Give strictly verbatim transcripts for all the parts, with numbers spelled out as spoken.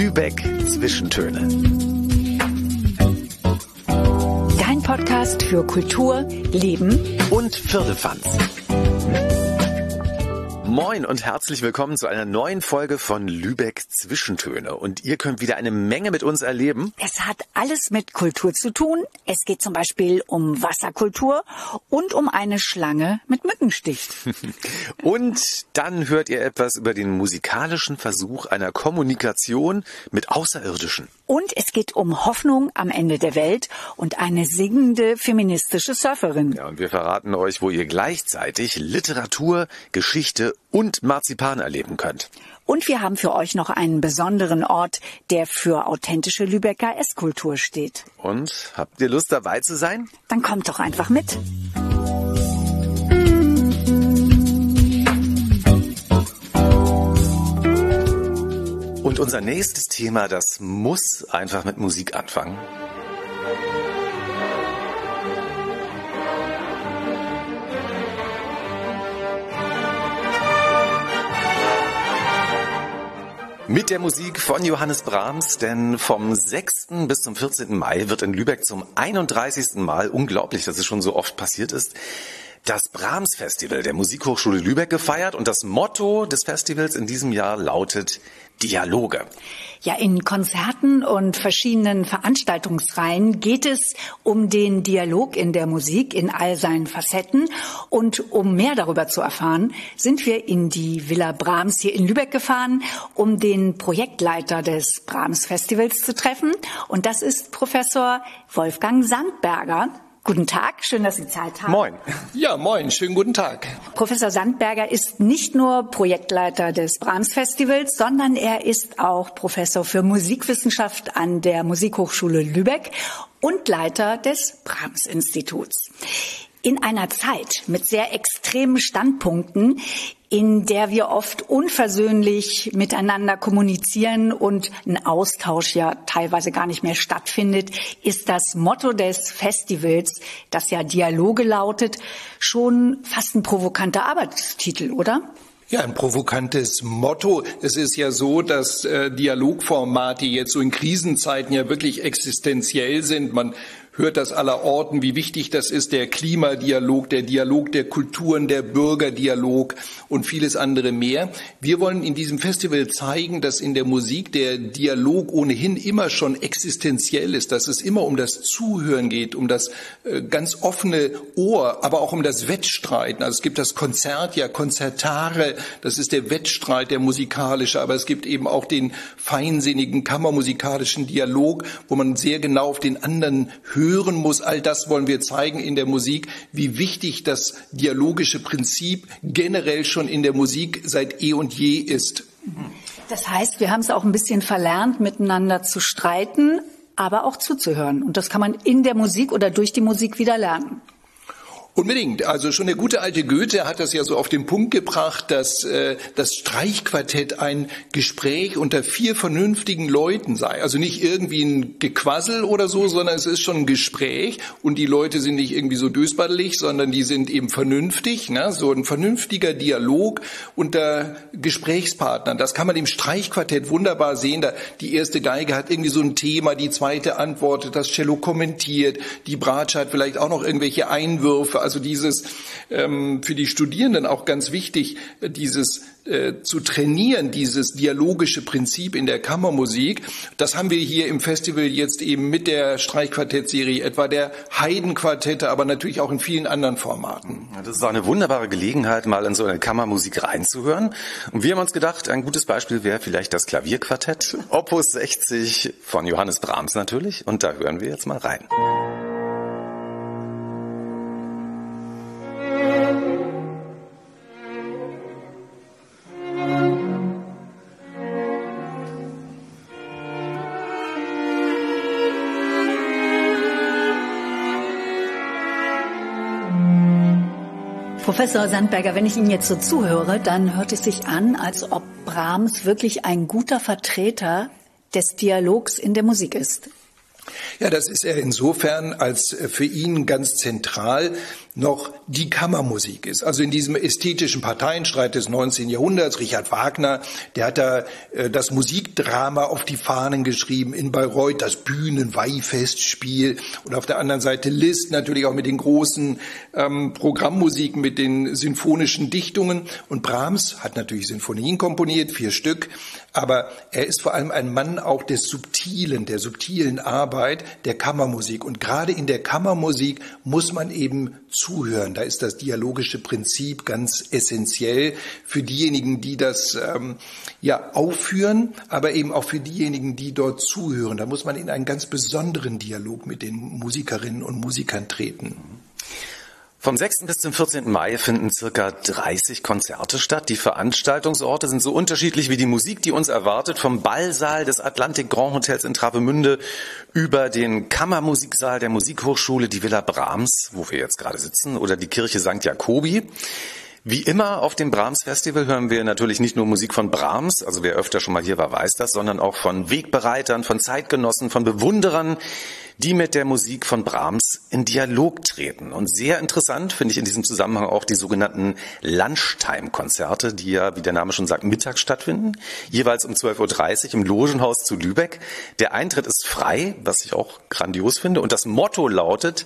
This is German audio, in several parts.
Lübeck Zwischentöne. Dein Podcast für Kultur, Leben und Firlefanz. Moin und herzlich willkommen zu einer neuen Folge von Lübeck Zwischentöne. Und ihr könnt wieder eine Menge mit uns erleben. Es hat alles mit Kultur zu tun. Es geht zum Beispiel um Wasserkultur und um eine Schlange mit Mückenstich. Und dann hört ihr etwas über den musikalischen Versuch einer Kommunikation mit Außerirdischen. Und es geht um Hoffnung am Ende der Welt und eine singende feministische Surferin. Ja, und wir verraten euch, wo ihr gleichzeitig Literatur, Geschichte und Marzipan erleben könnt. Und wir haben für euch noch einen besonderen Ort, der für authentische Lübecker Esskultur steht. Und habt ihr Lust dabei zu sein? Dann kommt doch einfach mit. Und unser nächstes Thema, das muss einfach mit Musik anfangen. Mit der Musik von Johannes Brahms, denn vom sechsten bis zum vierzehnten Mai wird in Lübeck zum einunddreißigsten Mal, unglaublich, dass es schon so oft passiert ist, das Brahms-Festival der Musikhochschule Lübeck gefeiert. Und das Motto des Festivals in diesem Jahr lautet Dialoge. Ja, in Konzerten und verschiedenen Veranstaltungsreihen geht es um den Dialog in der Musik in all seinen Facetten. Und um mehr darüber zu erfahren, sind wir in die Villa Brahms hier in Lübeck gefahren, um den Projektleiter des Brahms-Festivals zu treffen. Und das ist Professor Wolfgang Sandberger. Guten Tag, schön, dass Sie Zeit haben. Moin. Ja, moin, schönen guten Tag. Professor Sandberger ist nicht nur Projektleiter des Brahms-Festivals, sondern er ist auch Professor für Musikwissenschaft an der Musikhochschule Lübeck und Leiter des Brahms-Instituts. In einer Zeit mit sehr extremen Standpunkten, in der wir oft unversöhnlich miteinander kommunizieren und ein Austausch ja teilweise gar nicht mehr stattfindet, ist das Motto des Festivals, das ja Dialoge lautet, schon fast ein provokanter Arbeitstitel, oder? Ja, ein provokantes Motto. Es ist ja so, dass äh, Dialogformate jetzt so in Krisenzeiten ja wirklich existenziell sind. Man hört das allerorten, wie wichtig das ist, der Klimadialog, der Dialog der Kulturen, der Bürgerdialog und vieles andere mehr. Wir wollen in diesem Festival zeigen, dass in der Musik der Dialog ohnehin immer schon existenziell ist, dass es immer um das Zuhören geht, um das äh, ganz offene Ohr, aber auch um das Wettstreiten. Also es gibt das Konzert, ja Konzertare, das ist der Wettstreit, der musikalische, aber es gibt eben auch den feinsinnigen kammermusikalischen Dialog, wo man sehr genau auf den anderen hört. Hören muss. All das wollen wir zeigen in der Musik, wie wichtig das dialogische Prinzip generell schon in der Musik seit eh und je ist. Das heißt, wir haben es auch ein bisschen verlernt, miteinander zu streiten, aber auch zuzuhören. Und das kann man in der Musik oder durch die Musik wieder lernen. Unbedingt. Also schon der gute alte Goethe hat das ja so auf den Punkt gebracht, dass äh, das Streichquartett ein Gespräch unter vier vernünftigen Leuten sei. Also nicht irgendwie ein Gequassel oder so, sondern es ist schon ein Gespräch und die Leute sind nicht irgendwie so dösbaddelig, sondern die sind eben vernünftig, ne? So ein vernünftiger Dialog unter Gesprächspartnern. Das kann man im Streichquartett wunderbar sehen. Da die erste Geige hat irgendwie so ein Thema, die zweite antwortet, das Cello kommentiert, die Bratsche hat vielleicht auch noch irgendwelche Einwürfe. Also dieses ähm, für die Studierenden auch ganz wichtig, dieses äh, zu trainieren, dieses dialogische Prinzip in der Kammermusik. Das haben wir hier im Festival jetzt eben mit der Streichquartettserie, etwa der Haydn-Quartette, aber natürlich auch in vielen anderen Formaten. Das ist auch eine wunderbare Gelegenheit, mal in so eine Kammermusik reinzuhören. Und wir haben uns gedacht, ein gutes Beispiel wäre vielleicht das Klavierquartett, Opus sechzig von Johannes Brahms natürlich. Und da hören wir jetzt mal rein. Professor Sandberger, wenn ich Ihnen jetzt so zuhöre, dann hört es sich an, als ob Brahms wirklich ein guter Vertreter des Dialogs in der Musik ist. Ja, das ist er insofern als für ihn ganz zentral, noch die Kammermusik ist. Also in diesem ästhetischen Parteienstreit des neunzehnten Jahrhunderts, Richard Wagner, der hat da äh, das Musikdrama auf die Fahnen geschrieben, in Bayreuth das Bühnenweihfestspiel und auf der anderen Seite Liszt natürlich auch mit den großen ähm, Programmmusiken, mit den sinfonischen Dichtungen, und Brahms hat natürlich Sinfonien komponiert, vier Stück, aber er ist vor allem ein Mann auch des Subtilen, der subtilen Arbeit, der Kammermusik, und gerade in der Kammermusik muss man eben zuhören. Da ist das dialogische Prinzip ganz essentiell für diejenigen, die das ähm, ja aufführen, aber eben auch für diejenigen, die dort zuhören. Da muss man in einen ganz besonderen Dialog mit den Musikerinnen und Musikern treten. Vom sechsten bis zum vierzehnten Mai finden circa dreißig Konzerte statt. Die Veranstaltungsorte sind so unterschiedlich wie die Musik, die uns erwartet. Vom Ballsaal des Atlantik Grand Hotels in Travemünde über den Kammermusiksaal der Musikhochschule, die Villa Brahms, wo wir jetzt gerade sitzen, oder die Kirche Sankt Jakobi. Wie immer auf dem Brahms Festival hören wir natürlich nicht nur Musik von Brahms, also wer öfter schon mal hier war, weiß das, sondern auch von Wegbereitern, von Zeitgenossen, von Bewunderern, die mit der Musik von Brahms in Dialog treten. Und sehr interessant finde ich in diesem Zusammenhang auch die sogenannten Lunchtime-Konzerte, die ja, wie der Name schon sagt, mittags stattfinden, jeweils um zwölf Uhr dreißig im Logenhaus zu Lübeck. Der Eintritt ist frei, was ich auch grandios finde, und das Motto lautet: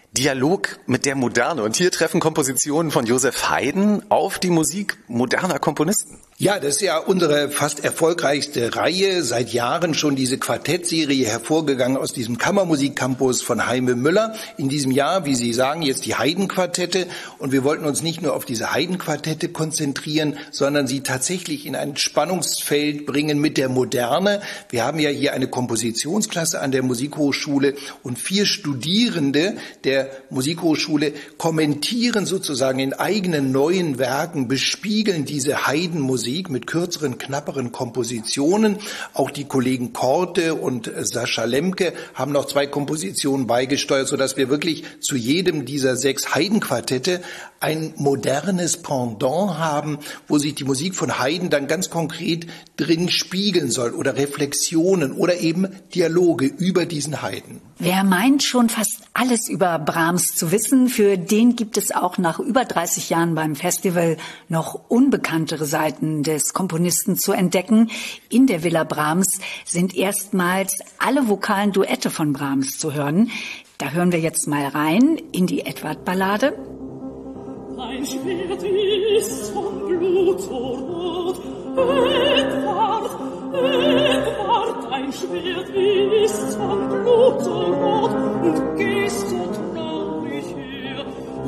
Dialog mit der Moderne. Und hier treffen Kompositionen von Joseph Haydn auf die Musik moderner Komponisten. Ja, das ist ja unsere fast erfolgreichste Reihe. Seit Jahren schon diese Quartettserie, hervorgegangen aus diesem Kammermusikcampus von Heime Müller. In diesem Jahr, wie Sie sagen, jetzt die Haydn-Quartette. Und wir wollten uns nicht nur auf diese Haydn-Quartette konzentrieren, sondern sie tatsächlich in ein Spannungsfeld bringen mit der Moderne. Wir haben ja hier eine Kompositionsklasse an der Musikhochschule, und vier Studierende der Musikhochschule kommentieren sozusagen in eigenen neuen Werken, bespiegeln diese Haydn-Musik mit kürzeren, knapperen Kompositionen. Auch die Kollegen Korte und Sascha Lemke haben noch zwei Kompositionen beigesteuert, sodass wir wirklich zu jedem dieser sechs Haydn-Quartette ein modernes Pendant haben, wo sich die Musik von Haydn dann ganz konkret drin spiegeln soll, oder Reflexionen oder eben Dialoge über diesen Haydn. Wer meint schon fast alles über Brahms zu wissen, für den gibt es auch nach über dreißig Jahren beim Festival noch unbekanntere Seiten des Komponisten zu entdecken. In der Villa Brahms sind erstmals alle vokalen Duette von Brahms zu hören. Da hören wir jetzt mal rein in die Edward-Ballade. Dein Schwert ist vom Blut so rot, Edward, Edward, dein Schwert ist vom Blut so rot und gehst so traurig her.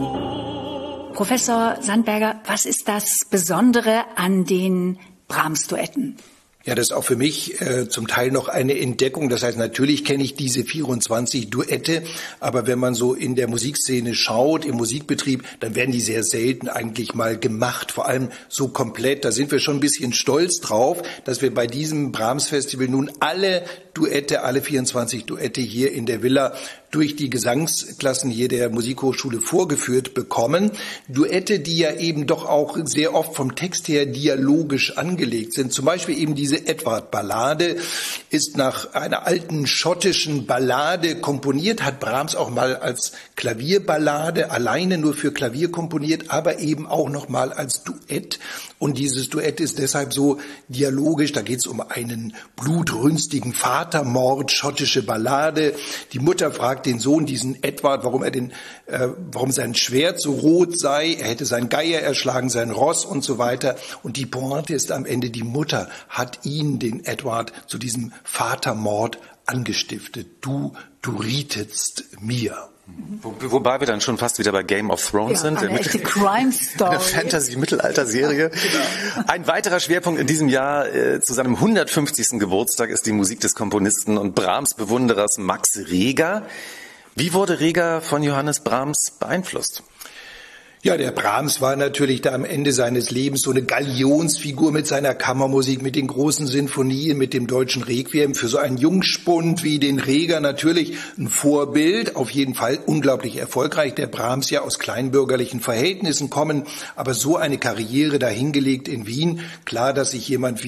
Oh. Professor Sandberger, was ist das Besondere an den Brahms-Duetten? Ja, das ist auch für mich äh, zum Teil noch eine Entdeckung. Das heißt, natürlich kenne ich diese vierundzwanzig Duette, aber wenn man so in der Musikszene schaut, im Musikbetrieb, dann werden die sehr selten eigentlich mal gemacht, vor allem so komplett. Da sind wir schon ein bisschen stolz drauf, dass wir bei diesem Brahms-Festival nun alle Duette, alle vierundzwanzig Duette hier in der Villa durch die Gesangsklassen hier der Musikhochschule vorgeführt bekommen. Duette, die ja eben doch auch sehr oft vom Text her dialogisch angelegt sind. Zum Beispiel eben diese Edward-Ballade ist nach einer alten schottischen Ballade komponiert, hat Brahms auch mal als Klavierballade alleine nur für Klavier komponiert, aber eben auch noch mal als Duett. Und dieses Duett ist deshalb so dialogisch. Da geht es um einen blutrünstigen Vatermord, schottische Ballade. Die Mutter fragt den Sohn, diesen Edward, warum er den, äh, warum sein Schwert so rot sei. Er hätte seinen Geier erschlagen, sein Ross und so weiter. Und die Pointe ist am Ende, die Mutter hat ihn, den Edward, zu diesem Vatermord angestiftet. Du, du rietetst mir. Wo, wobei wir dann schon fast wieder bei Game of Thrones ja, sind. Eine echte Crime Story. Eine Fantasy-Mittelalter-Serie. Genau. Ein weiterer Schwerpunkt in diesem Jahr äh, zu seinem hundertfünfzigsten Geburtstag ist die Musik des Komponisten und Brahms-Bewunderers Max Reger. Wie wurde Reger von Johannes Brahms beeinflusst? Ja, der Brahms war natürlich da am Ende seines Lebens so eine Galionsfigur mit seiner Kammermusik, mit den großen Sinfonien, mit dem deutschen Requiem. Für so einen Jungspund wie den Reger natürlich ein Vorbild, auf jeden Fall unglaublich erfolgreich. Der Brahms ja aus kleinbürgerlichen Verhältnissen kommen, aber so eine Karriere dahingelegt in Wien. Klar, dass sich jemand wie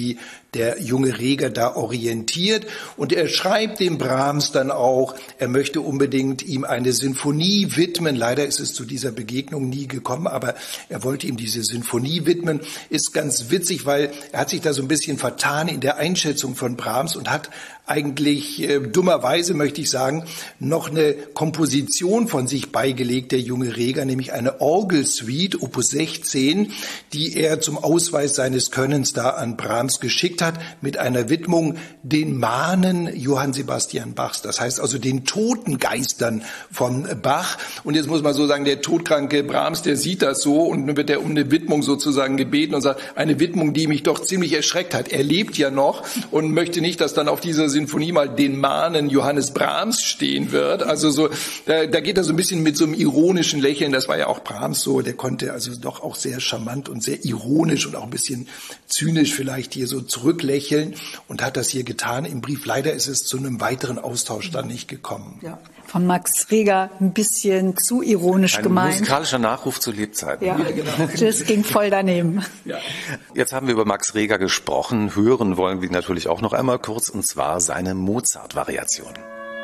der junge Reger da orientiert. Und er schreibt dem Brahms dann auch, er möchte unbedingt ihm eine Sinfonie widmen. Leider ist es zu dieser Begegnung nie gekommen, aber er wollte ihm diese Sinfonie widmen. Ist ganz witzig, weil er hat sich da so ein bisschen vertan in der Einschätzung von Brahms und hat eigentlich äh, dummerweise, möchte ich sagen, noch eine Komposition von sich beigelegt, der junge Reger, nämlich eine Orgelsuite, Opus sechzehn, die er zum Ausweis seines Könnens da an Brahms geschickt hat, mit einer Widmung den Mahnen Johann Sebastian Bachs, das heißt also den Totengeistern von Bach. Und jetzt muss man so sagen, der todkranke Brahms, der sieht das so und dann wird er um eine Widmung sozusagen gebeten und sagt, eine Widmung, die mich doch ziemlich erschreckt hat. Er lebt ja noch und möchte nicht, dass dann auf dieser Sinfonie mal den Mahnen Johannes Brahms stehen wird. Also so, da, da geht er so ein bisschen mit so einem ironischen Lächeln. Das war ja auch Brahms so. Der konnte also doch auch sehr charmant und sehr ironisch und auch ein bisschen zynisch vielleicht hier so zurücklächeln und hat das hier getan im Brief. Leider ist es zu einem weiteren Austausch dann nicht gekommen. Ja. Von Max Reger ein bisschen zu ironisch ein gemeint. Ein musikalischer Nachruf zu Lebzeiten. Ja, ja, genau. Das ging voll daneben. Ja. Jetzt haben wir über Max Reger gesprochen. Hören wollen wir natürlich auch noch einmal kurz, und zwar seine Mozart-Variation.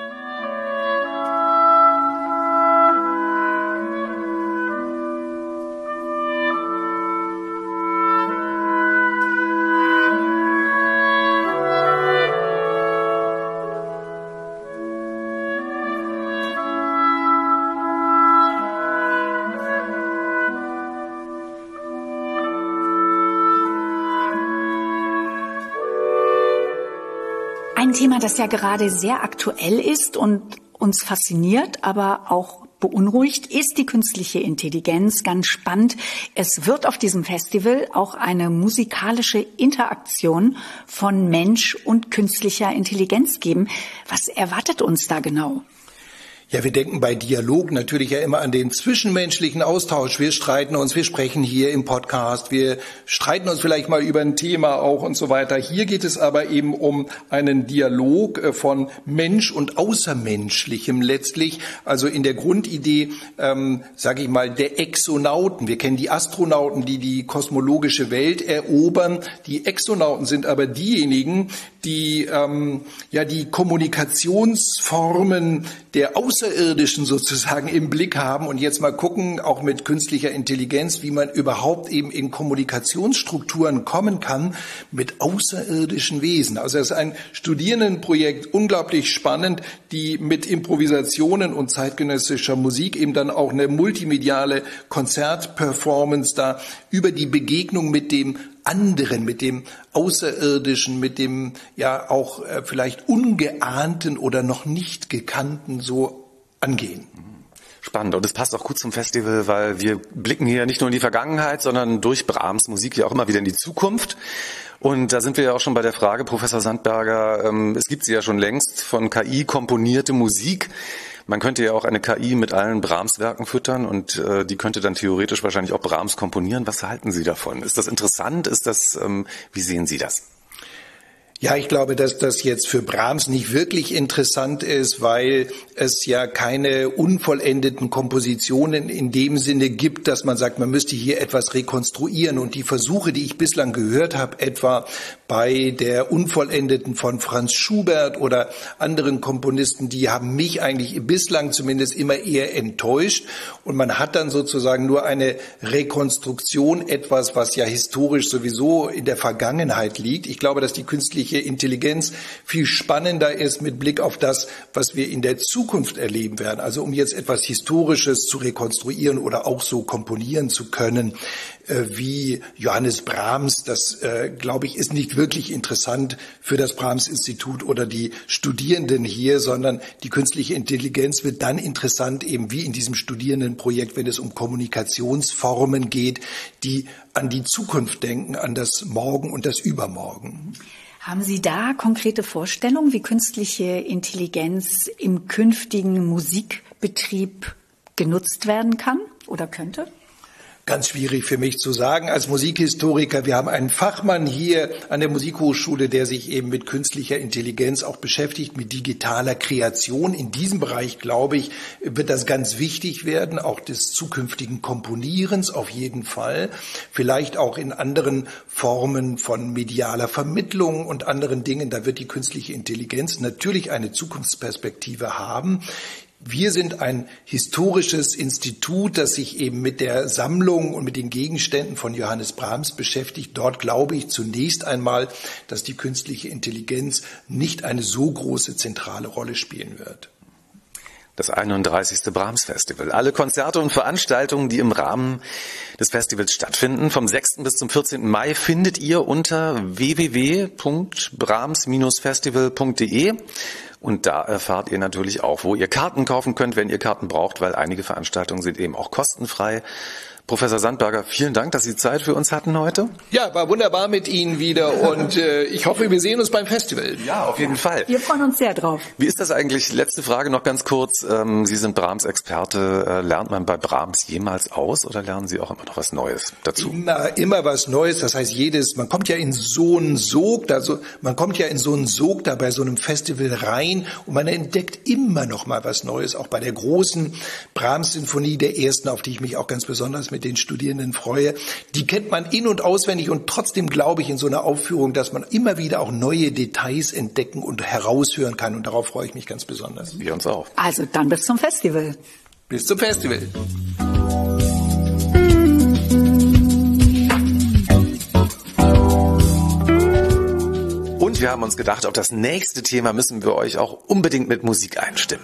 Ein Thema, das ja gerade sehr aktuell ist und uns fasziniert, aber auch beunruhigt, ist die künstliche Intelligenz. Ganz spannend. Es wird auf diesem Festival auch eine musikalische Interaktion von Mensch und künstlicher Intelligenz geben. Was erwartet uns da genau? Ja, wir denken bei Dialog natürlich ja immer an den zwischenmenschlichen Austausch. Wir streiten uns, wir sprechen hier im Podcast, wir streiten uns vielleicht mal über ein Thema auch und so weiter. Hier geht es aber eben um einen Dialog von Mensch und Außermenschlichem letztlich. Also in der Grundidee, ähm, sage ich mal, der Exonauten. Wir kennen die Astronauten, die die kosmologische Welt erobern. Die Exonauten sind aber diejenigen, die ähm, ja die Kommunikationsformen der Außerirdischen sozusagen im Blick haben und jetzt mal gucken, auch mit künstlicher Intelligenz, wie man überhaupt eben in Kommunikationsstrukturen kommen kann mit außerirdischen Wesen. Also das ist ein Studierendenprojekt, unglaublich spannend, die mit Improvisationen und zeitgenössischer Musik eben dann auch eine multimediale Konzertperformance da über die Begegnung mit dem anderen, mit dem Außerirdischen, mit dem ja auch äh, vielleicht Ungeahnten oder noch nicht Gekannten so angehen. Spannend. Und es passt auch gut zum Festival, weil wir blicken hier nicht nur in die Vergangenheit, sondern durch Brahms Musik ja auch immer wieder in die Zukunft. Und da sind wir ja auch schon bei der Frage, Professor Sandberger, ähm, es gibt sie ja schon längst, von K I komponierte Musik. Man könnte ja auch eine K I mit allen Brahms-Werken füttern und äh, die könnte dann theoretisch wahrscheinlich auch Brahms komponieren. Was halten Sie davon? Ist das interessant? Ist das, ähm, wie sehen Sie das? Ja, ich glaube, dass das jetzt für Brahms nicht wirklich interessant ist, weil es ja keine unvollendeten Kompositionen in dem Sinne gibt, dass man sagt, man müsste hier etwas rekonstruieren. Und die Versuche, die ich bislang gehört habe, etwa bei der Unvollendeten von Franz Schubert oder anderen Komponisten, die haben mich eigentlich bislang zumindest immer eher enttäuscht. Und man hat dann sozusagen nur eine Rekonstruktion, etwas, was ja historisch sowieso in der Vergangenheit liegt. Ich glaube, dass die künstliche Intelligenz viel spannender ist mit Blick auf das, was wir in der Zukunft erleben werden. Also um jetzt etwas Historisches zu rekonstruieren oder auch so komponieren zu können, äh, wie Johannes Brahms, das, äh, glaube ich, ist nicht wirklich interessant für das Brahms-Institut oder die Studierenden hier, sondern die künstliche Intelligenz wird dann interessant, eben wie in diesem Studierendenprojekt, wenn es um Kommunikationsformen geht, die an die Zukunft denken, an das Morgen und das Übermorgen. Haben Sie da konkrete Vorstellungen, wie künstliche Intelligenz im künftigen Musikbetrieb genutzt werden kann oder könnte? Ganz schwierig für mich zu sagen als Musikhistoriker. Wir haben einen Fachmann hier an der Musikhochschule, der sich eben mit künstlicher Intelligenz auch beschäftigt, mit digitaler Kreation. In diesem Bereich, glaube ich, wird das ganz wichtig werden, auch des zukünftigen Komponierens auf jeden Fall. Vielleicht auch in anderen Formen von medialer Vermittlung und anderen Dingen. Da wird die künstliche Intelligenz natürlich eine Zukunftsperspektive haben. Wir sind ein historisches Institut, das sich eben mit der Sammlung und mit den Gegenständen von Johannes Brahms beschäftigt. Dort glaube ich zunächst einmal, dass die künstliche Intelligenz nicht eine so große zentrale Rolle spielen wird. Das einunddreißigste Brahms-Festival. Alle Konzerte und Veranstaltungen, die im Rahmen des Festivals stattfinden, vom sechsten bis zum vierzehnten Mai, findet ihr unter w w w punkt brahms Bindestrich festival punkt de. Und da erfahrt ihr natürlich auch, wo ihr Karten kaufen könnt, wenn ihr Karten braucht, weil einige Veranstaltungen sind eben auch kostenfrei. Professor Sandberger, vielen Dank, dass Sie Zeit für uns hatten heute. Ja, war wunderbar mit Ihnen wieder und äh, ich hoffe, wir sehen uns beim Festival. Ja, auf jeden Fall. Wir freuen uns sehr drauf. Wie ist das eigentlich? Letzte Frage noch ganz kurz. Ähm, Sie sind Brahms-Experte. Äh, lernt man bei Brahms jemals aus oder lernen Sie auch immer noch was Neues dazu? Immer, immer was Neues. Das heißt, jedes, man kommt ja in so einen Sog, also man kommt ja in so einen Sog da bei so einem Festival rein und man entdeckt immer noch mal was Neues. Auch bei der großen Brahms-Sinfonie, der ersten, auf die ich mich auch ganz besonders mit mit den Studierenden freue. Die kennt man in- und auswendig und trotzdem glaube ich in so einer Aufführung, dass man immer wieder auch neue Details entdecken und heraushören kann und darauf freue ich mich ganz besonders. Wir uns auch. Also dann bis zum Festival. Bis zum Festival. Und wir haben uns gedacht, auf das nächste Thema müssen wir euch auch unbedingt mit Musik einstimmen.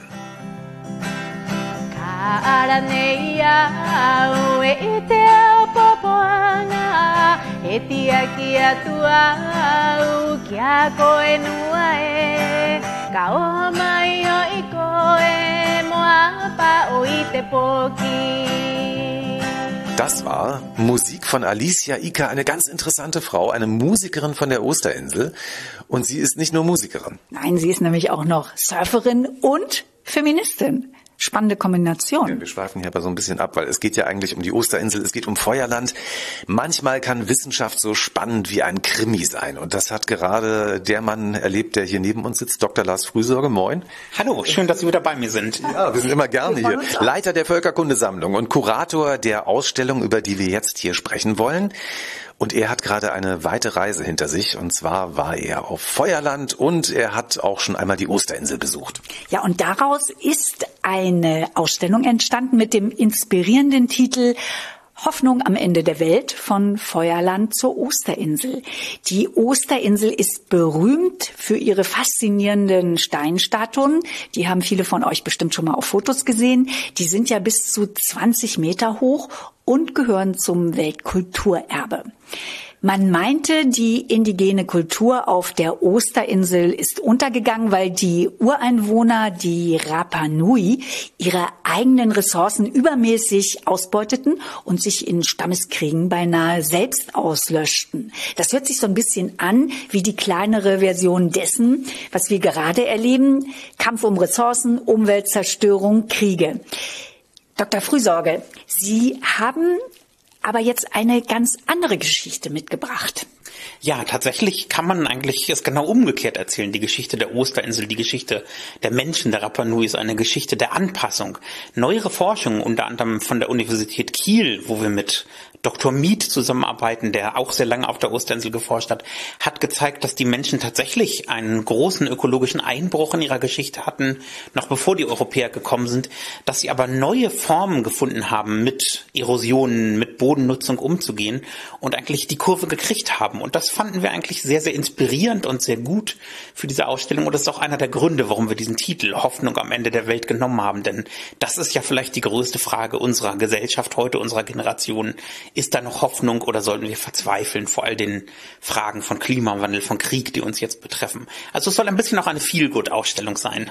Das war Musik von Alicia Ika, eine ganz interessante Frau, eine Musikerin von der Osterinsel. Und sie ist nicht nur Musikerin. Nein, sie ist nämlich auch noch Surferin und Feministin. Spannende Kombination. Ja, wir schweifen hier aber so ein bisschen ab, weil es geht ja eigentlich um die Osterinsel, es geht um Feuerland. Manchmal kann Wissenschaft so spannend wie ein Krimi sein. Und das hat gerade der Mann erlebt, der hier neben uns sitzt, Doktor Lars Frühsorge. Moin. Hallo, schön, dass Sie wieder bei mir sind. Ja, wir sind immer gerne hier. Leiter der Völkerkundesammlung und Kurator der Ausstellung, über die wir jetzt hier sprechen wollen. Und er hat gerade eine weite Reise hinter sich. Und zwar war er auf Feuerland und er hat auch schon einmal die Osterinsel besucht. Ja, und daraus ist eine Ausstellung entstanden mit dem inspirierenden Titel Hoffnung am Ende der Welt, von Feuerland zur Osterinsel. Die Osterinsel ist berühmt für ihre faszinierenden Steinstatuen. Die haben viele von euch bestimmt schon mal auf Fotos gesehen. Die sind ja bis zu zwanzig Meter hoch und gehören zum Weltkulturerbe. Man meinte, die indigene Kultur auf der Osterinsel ist untergegangen, weil die Ureinwohner, die Rapa Nui, ihre eigenen Ressourcen übermäßig ausbeuteten und sich in Stammeskriegen beinahe selbst auslöschten. Das hört sich so ein bisschen an wie die kleinere Version dessen, was wir gerade erleben. Kampf um Ressourcen, Umweltzerstörung, Kriege. Doktor Frühsorge, Sie haben aber jetzt eine ganz andere Geschichte mitgebracht. Ja, tatsächlich kann man eigentlich es genau umgekehrt erzählen. Die Geschichte der Osterinsel, die Geschichte der Menschen der Rapa Nui ist eine Geschichte der Anpassung. Neuere Forschung, unter anderem von der Universität Kiel, wo wir mit Doktor Mieth zusammenarbeiten, der auch sehr lange auf der Osterinsel geforscht hat, hat gezeigt, dass die Menschen tatsächlich einen großen ökologischen Einbruch in ihrer Geschichte hatten, noch bevor die Europäer gekommen sind, dass sie aber neue Formen gefunden haben, mit Erosionen, mit Bodennutzung umzugehen und eigentlich die Kurve gekriegt haben. Und das fanden wir eigentlich sehr, sehr inspirierend und sehr gut für diese Ausstellung. Und das ist auch einer der Gründe, warum wir diesen Titel Hoffnung am Ende der Welt genommen haben. Denn das ist ja vielleicht die größte Frage unserer Gesellschaft heute, unserer Generation. Ist da noch Hoffnung oder sollten wir verzweifeln vor all den Fragen von Klimawandel, von Krieg, die uns jetzt betreffen? Also es soll ein bisschen auch eine Feel-Good-Ausstellung sein.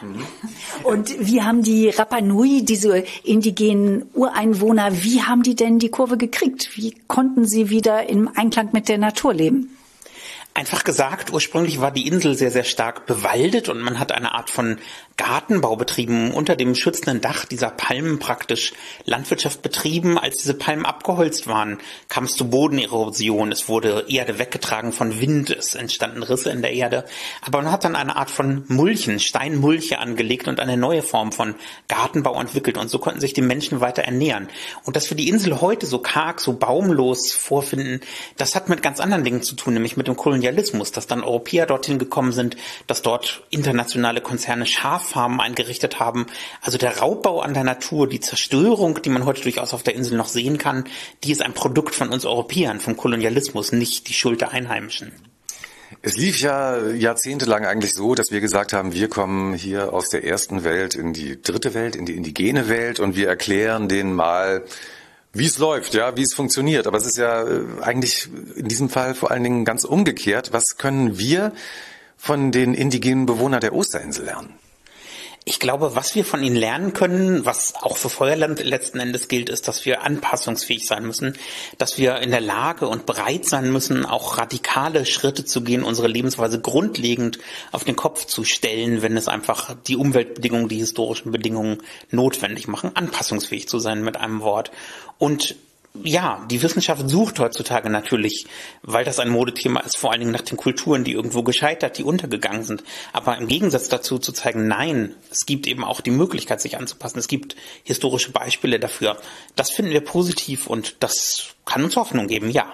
Und wie haben die Rapa Nui, diese indigenen Ureinwohner, wie haben die denn die Kurve gekriegt? Wie konnten sie wieder im Einklang mit der Natur leben? Einfach gesagt, ursprünglich war die Insel sehr, sehr stark bewaldet und man hat eine Art von Gartenbau betrieben, unter dem schützenden Dach dieser Palmen praktisch Landwirtschaft betrieben. Als diese Palmen abgeholzt waren, kam es zu Bodenerosion, es wurde Erde weggetragen von Wind, es entstanden Risse in der Erde. Aber man hat dann eine Art von Mulchen, Steinmulche angelegt und eine neue Form von Gartenbau entwickelt. Und so konnten sich die Menschen weiter ernähren. Und dass wir die Insel heute so karg, so baumlos vorfinden, das hat mit ganz anderen Dingen zu tun, nämlich mit dem Kolonialismus, dass dann Europäer dorthin gekommen sind, dass dort internationale Konzerne Schaffarmen eingerichtet haben. Also der Raubbau an der Natur, die Zerstörung, die man heute durchaus auf der Insel noch sehen kann, die ist ein Produkt von uns Europäern, vom Kolonialismus, nicht die Schuld der Einheimischen. Es lief ja jahrzehntelang eigentlich so, dass wir gesagt haben, wir kommen hier aus der ersten Welt in die dritte Welt, in die indigene Welt und wir erklären denen mal, wie es läuft, ja, wie es funktioniert. Aber es ist ja eigentlich in diesem Fall vor allen Dingen ganz umgekehrt. Was können wir von den indigenen Bewohnern der Osterinsel lernen? Ich glaube, was wir von ihnen lernen können, was auch für Feuerland letzten Endes gilt, ist, dass wir anpassungsfähig sein müssen, dass wir in der Lage und bereit sein müssen, auch radikale Schritte zu gehen, unsere Lebensweise grundlegend auf den Kopf zu stellen, wenn es einfach die Umweltbedingungen, die historischen Bedingungen notwendig machen, anpassungsfähig zu sein mit einem Wort. Und ja, die Wissenschaft sucht heutzutage natürlich, weil das ein Modethema ist, vor allen Dingen nach den Kulturen, die irgendwo gescheitert, die untergegangen sind. Aber im Gegensatz dazu zu zeigen, nein, es gibt eben auch die Möglichkeit, sich anzupassen. Es gibt historische Beispiele dafür. Das finden wir positiv und das kann uns Hoffnung geben, ja.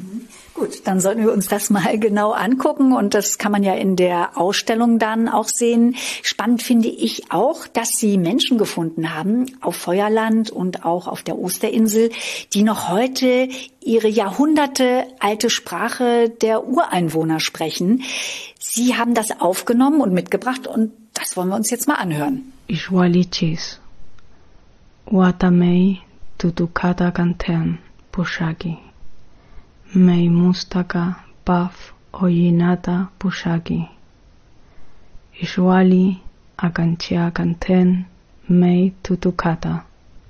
Gut, dann sollten wir uns das mal genau angucken und das kann man ja in der Ausstellung dann auch sehen. Spannend finde ich auch, dass Sie Menschen gefunden haben auf Feuerland und auch auf der Osterinsel, die noch heute ihre Jahrhunderte alte Sprache der Ureinwohner sprechen. Sie haben das aufgenommen und mitgebracht und das wollen wir uns jetzt mal anhören. Ishwalichis, Watamei Tutukata Kanten Pushagi. Mei Mustaka Paf Oyinata Pushagi. Ishwali Akantia Kanten Mei Tutukata.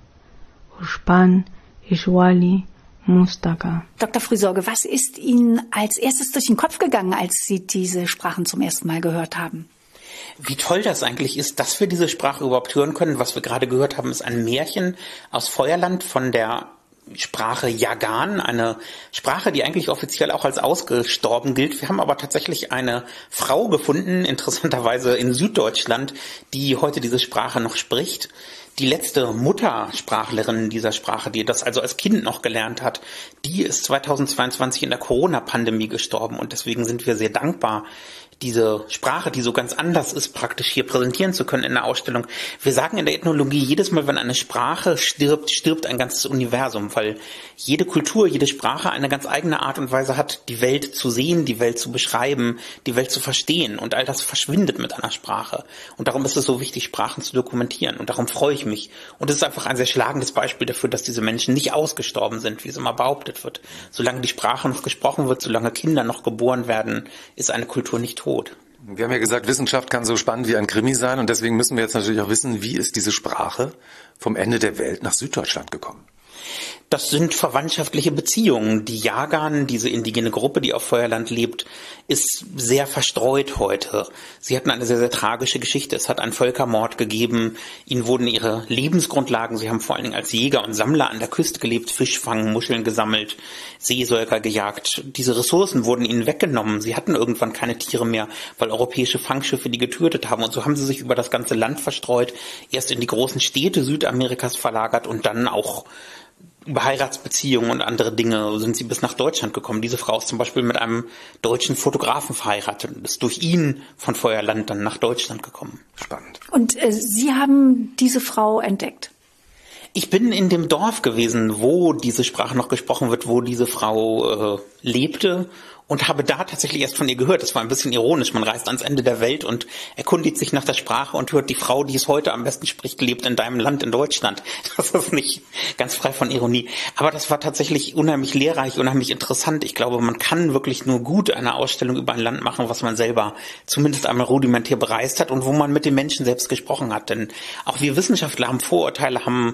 Urspan Ishwali Mustaka. Doktor Frühsorge, was ist Ihnen als erstes durch den Kopf gegangen, als Sie diese Sprachen zum ersten Mal gehört haben? Wie toll das eigentlich ist, dass wir diese Sprache überhaupt hören können. Was wir gerade gehört haben, ist ein Märchen aus Feuerland von der Sprache Yagan, eine Sprache, die eigentlich offiziell auch als ausgestorben gilt. Wir haben aber tatsächlich eine Frau gefunden, interessanterweise in Süddeutschland, die heute diese Sprache noch spricht. Die letzte Muttersprachlerin dieser Sprache, die das also als Kind noch gelernt hat, die ist zweitausendzweiundzwanzig in der Corona-Pandemie gestorben und deswegen sind wir sehr dankbar, diese Sprache, die so ganz anders ist, praktisch hier präsentieren zu können in der Ausstellung. Wir sagen in der Ethnologie, jedes Mal, wenn eine Sprache stirbt, stirbt ein ganzes Universum, weil jede Kultur, jede Sprache eine ganz eigene Art und Weise hat, die Welt zu sehen, die Welt zu beschreiben, die Welt zu verstehen und all das verschwindet mit einer Sprache. Und darum ist es so wichtig, Sprachen zu dokumentieren und darum freue ich mich. Und es ist einfach ein sehr schlagendes Beispiel dafür, dass diese Menschen nicht ausgestorben sind, wie es immer behauptet wird. Solange die Sprache noch gesprochen wird, solange Kinder noch geboren werden, ist eine Kultur nicht tot. Wir haben ja gesagt, Wissenschaft kann so spannend wie ein Krimi sein und deswegen müssen wir jetzt natürlich auch wissen, wie ist diese Sprache vom Ende der Welt nach Süddeutschland gekommen? Das sind verwandtschaftliche Beziehungen. Die Yagan, diese indigene Gruppe, die auf Feuerland lebt, ist sehr verstreut heute. Sie hatten eine sehr, sehr tragische Geschichte. Es hat einen Völkermord gegeben. Ihnen wurden ihre Lebensgrundlagen, sie haben vor allen Dingen als Jäger und Sammler an der Küste gelebt, Fisch fangen, Muscheln gesammelt, Seesäuger gejagt. Diese Ressourcen wurden ihnen weggenommen. Sie hatten irgendwann keine Tiere mehr, weil europäische Fangschiffe die getötet haben. Und so haben sie sich über das ganze Land verstreut, erst in die großen Städte Südamerikas verlagert und dann auch über Heiratsbeziehungen und andere Dinge sind sie bis nach Deutschland gekommen. Diese Frau ist zum Beispiel mit einem deutschen Fotografen verheiratet und ist durch ihn von Feuerland dann nach Deutschland gekommen. Spannend. Und äh, Sie haben diese Frau entdeckt? Ich bin in dem Dorf gewesen, wo diese Sprache noch gesprochen wird, wo diese Frau äh, lebte und habe da tatsächlich erst von ihr gehört. Das war ein bisschen ironisch. Man reist ans Ende der Welt und erkundigt sich nach der Sprache und hört, die Frau, die es heute am besten spricht, lebt in deinem Land, in Deutschland. Das ist nicht ganz frei von Ironie. Aber das war tatsächlich unheimlich lehrreich, unheimlich interessant. Ich glaube, man kann wirklich nur gut eine Ausstellung über ein Land machen, was man selber zumindest einmal rudimentär bereist hat und wo man mit den Menschen selbst gesprochen hat. Denn auch wir Wissenschaftler haben Vorurteile, haben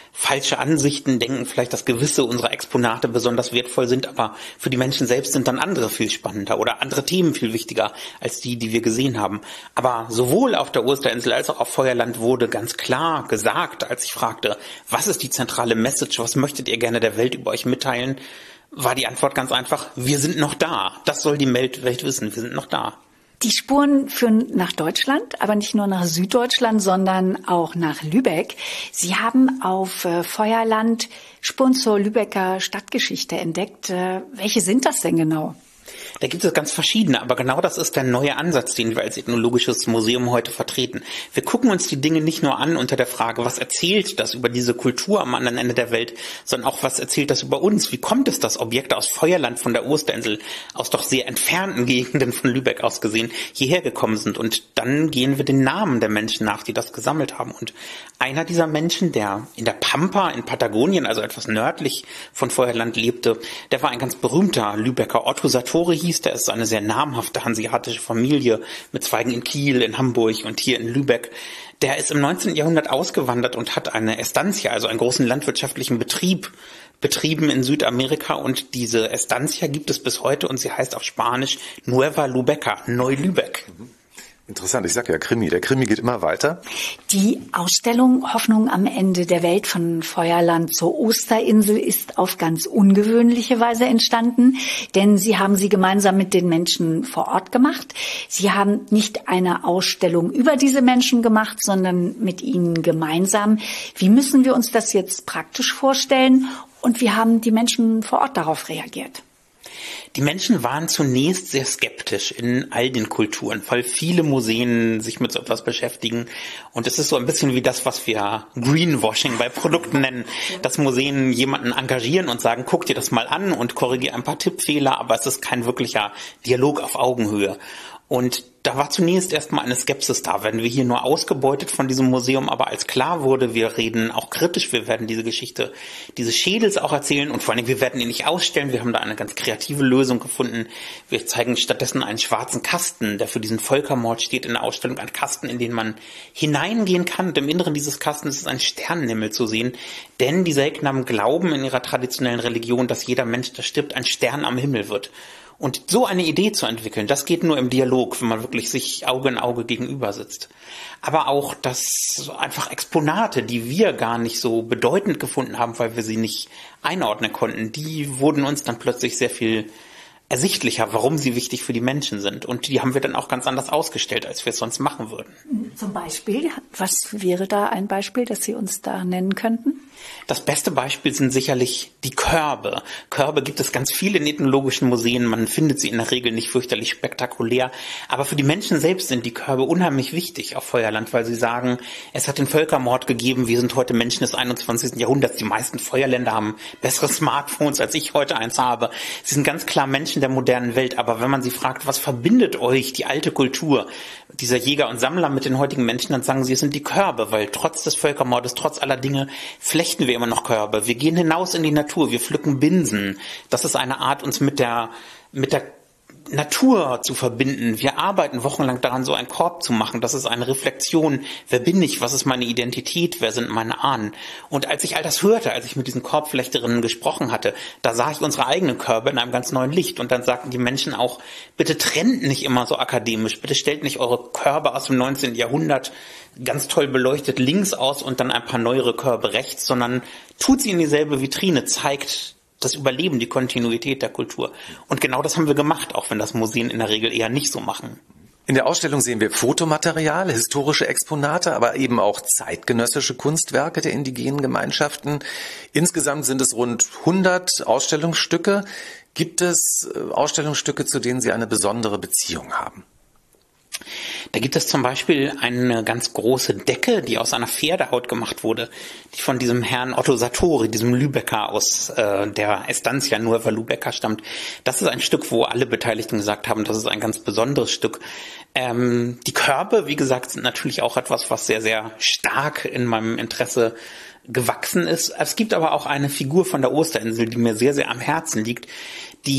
falsche Ansichten, denken vielleicht, dass gewisse unserer Exponate besonders wertvoll sind, aber für die Menschen selbst sind dann andere viel spannender oder andere Themen viel wichtiger als die, die wir gesehen haben. Aber sowohl auf der Osterinsel als auch auf Feuerland wurde ganz klar gesagt, als ich fragte, was ist die zentrale Message, was möchtet ihr gerne der Welt über euch mitteilen, war die Antwort ganz einfach, wir sind noch da. Das soll die Welt wissen, wir sind noch da. Die Spuren führen nach Deutschland, aber nicht nur nach Süddeutschland, sondern auch nach Lübeck. Sie haben auf äh, Feuerland Spuren zur Lübecker Stadtgeschichte entdeckt. Äh, welche sind das denn genau? Da gibt es ganz verschiedene, aber genau das ist der neue Ansatz, den wir als Ethnologisches Museum heute vertreten. Wir gucken uns die Dinge nicht nur an unter der Frage, was erzählt das über diese Kultur am anderen Ende der Welt, sondern auch, was erzählt das über uns? Wie kommt es, dass Objekte aus Feuerland von der Osterinsel, aus doch sehr entfernten Gegenden von Lübeck aus gesehen, hierher gekommen sind? Und dann gehen wir den Namen der Menschen nach, die das gesammelt haben. Und einer dieser Menschen, der in der Pampa in Patagonien, also etwas nördlich von Feuerland lebte, der war ein ganz berühmter Lübecker, Otto Sartori hieß. Der ist eine sehr namhafte hanseatische Familie mit Zweigen in Kiel, in Hamburg und hier in Lübeck. Der ist im neunzehnten Jahrhundert ausgewandert und hat eine Estancia, also einen großen landwirtschaftlichen Betrieb, betrieben in Südamerika. Und diese Estancia gibt es bis heute und sie heißt auf Spanisch Nueva Lübeca, Neu-Lübeck. Interessant, ich sage ja Krimi. Der Krimi geht immer weiter. Die Ausstellung Hoffnung am Ende der Welt von Feuerland zur Osterinsel ist auf ganz ungewöhnliche Weise entstanden, denn Sie haben sie gemeinsam mit den Menschen vor Ort gemacht. Sie haben nicht eine Ausstellung über diese Menschen gemacht, sondern mit ihnen gemeinsam. Wie müssen wir uns das jetzt praktisch vorstellen und wie haben die Menschen vor Ort darauf reagiert? Die Menschen waren zunächst sehr skeptisch in all den Kulturen, weil viele Museen sich mit so etwas beschäftigen. Und es ist so ein bisschen wie das, was wir Greenwashing bei Produkten nennen, dass Museen jemanden engagieren und sagen, guck dir das mal an und korrigier ein paar Tippfehler, aber es ist kein wirklicher Dialog auf Augenhöhe. Und da war zunächst erstmal eine Skepsis da, werden wir hier nur ausgebeutet von diesem Museum, aber als klar wurde, wir reden auch kritisch, wir werden diese Geschichte dieses Schädels auch erzählen und vor allem, wir werden ihn nicht ausstellen, wir haben da eine ganz kreative Lösung gefunden. Wir zeigen stattdessen einen schwarzen Kasten, der für diesen Völkermord steht in der Ausstellung, ein Kasten, in den man hineingehen kann und im Inneren dieses Kastens ist ein Sternenhimmel zu sehen, denn die Selknamen glauben in ihrer traditionellen Religion, dass jeder Mensch, der stirbt, ein Stern am Himmel wird. Und so eine Idee zu entwickeln, das geht nur im Dialog, wenn man wirklich sich Auge in Auge gegenüber sitzt. Aber auch, dass einfach Exponate, die wir gar nicht so bedeutend gefunden haben, weil wir sie nicht einordnen konnten, die wurden uns dann plötzlich sehr viel ersichtlicher, warum sie wichtig für die Menschen sind. Und die haben wir dann auch ganz anders ausgestellt, als wir es sonst machen würden. Zum Beispiel, was wäre da ein Beispiel, das Sie uns da nennen könnten? Das beste Beispiel sind sicherlich die Körbe. Körbe gibt es ganz viele in ethnologischen Museen. Man findet sie in der Regel nicht fürchterlich spektakulär. Aber für die Menschen selbst sind die Körbe unheimlich wichtig auf Feuerland, weil sie sagen, es hat den Völkermord gegeben. Wir sind heute Menschen des einundzwanzigsten Jahrhunderts. Die meisten Feuerländer haben bessere Smartphones, als ich heute eins habe. Sie sind ganz klar Menschen der modernen Welt. Aber wenn man sie fragt, was verbindet euch die alte Kultur dieser Jäger und Sammler mit den heutigen Menschen, dann sagen sie, es sind die Körbe, weil trotz des Völkermordes, trotz aller Dinge, flechten wir immer noch Körbe. Wir gehen hinaus in die Natur, wir pflücken Binsen. Das ist eine Art, uns mit der, mit der Natur zu verbinden. Wir arbeiten wochenlang daran, so einen Korb zu machen. Das ist eine Reflexion. Wer bin ich? Was ist meine Identität? Wer sind meine Ahnen? Und als ich all das hörte, als ich mit diesen Korbflechterinnen gesprochen hatte, da sah ich unsere eigenen Körbe in einem ganz neuen Licht. Und dann sagten die Menschen auch, bitte trennt nicht immer so akademisch. Bitte stellt nicht eure Körbe aus dem neunzehnten Jahrhundert ganz toll beleuchtet links aus und dann ein paar neuere Körbe rechts, sondern tut sie in dieselbe Vitrine, zeigt das Überleben, die Kontinuität der Kultur. Und genau das haben wir gemacht, auch wenn das Museen in der Regel eher nicht so machen. In der Ausstellung sehen wir Fotomaterial, historische Exponate, aber eben auch zeitgenössische Kunstwerke der indigenen Gemeinschaften. Insgesamt sind es rund hundert Ausstellungsstücke. Gibt es Ausstellungsstücke, zu denen Sie eine besondere Beziehung haben? Da gibt es zum Beispiel eine ganz große Decke, die aus einer Pferdehaut gemacht wurde, die von diesem Herrn Otto Sartori, diesem Lübecker aus äh, der Estancia Nueva Lübeca stammt. Das ist ein Stück, wo alle Beteiligten gesagt haben, das ist ein ganz besonderes Stück. Ähm, die Körbe, wie gesagt, sind natürlich auch etwas, was sehr, sehr stark in meinem Interesse gewachsen ist. Es gibt aber auch eine Figur von der Osterinsel, die mir sehr, sehr am Herzen liegt, die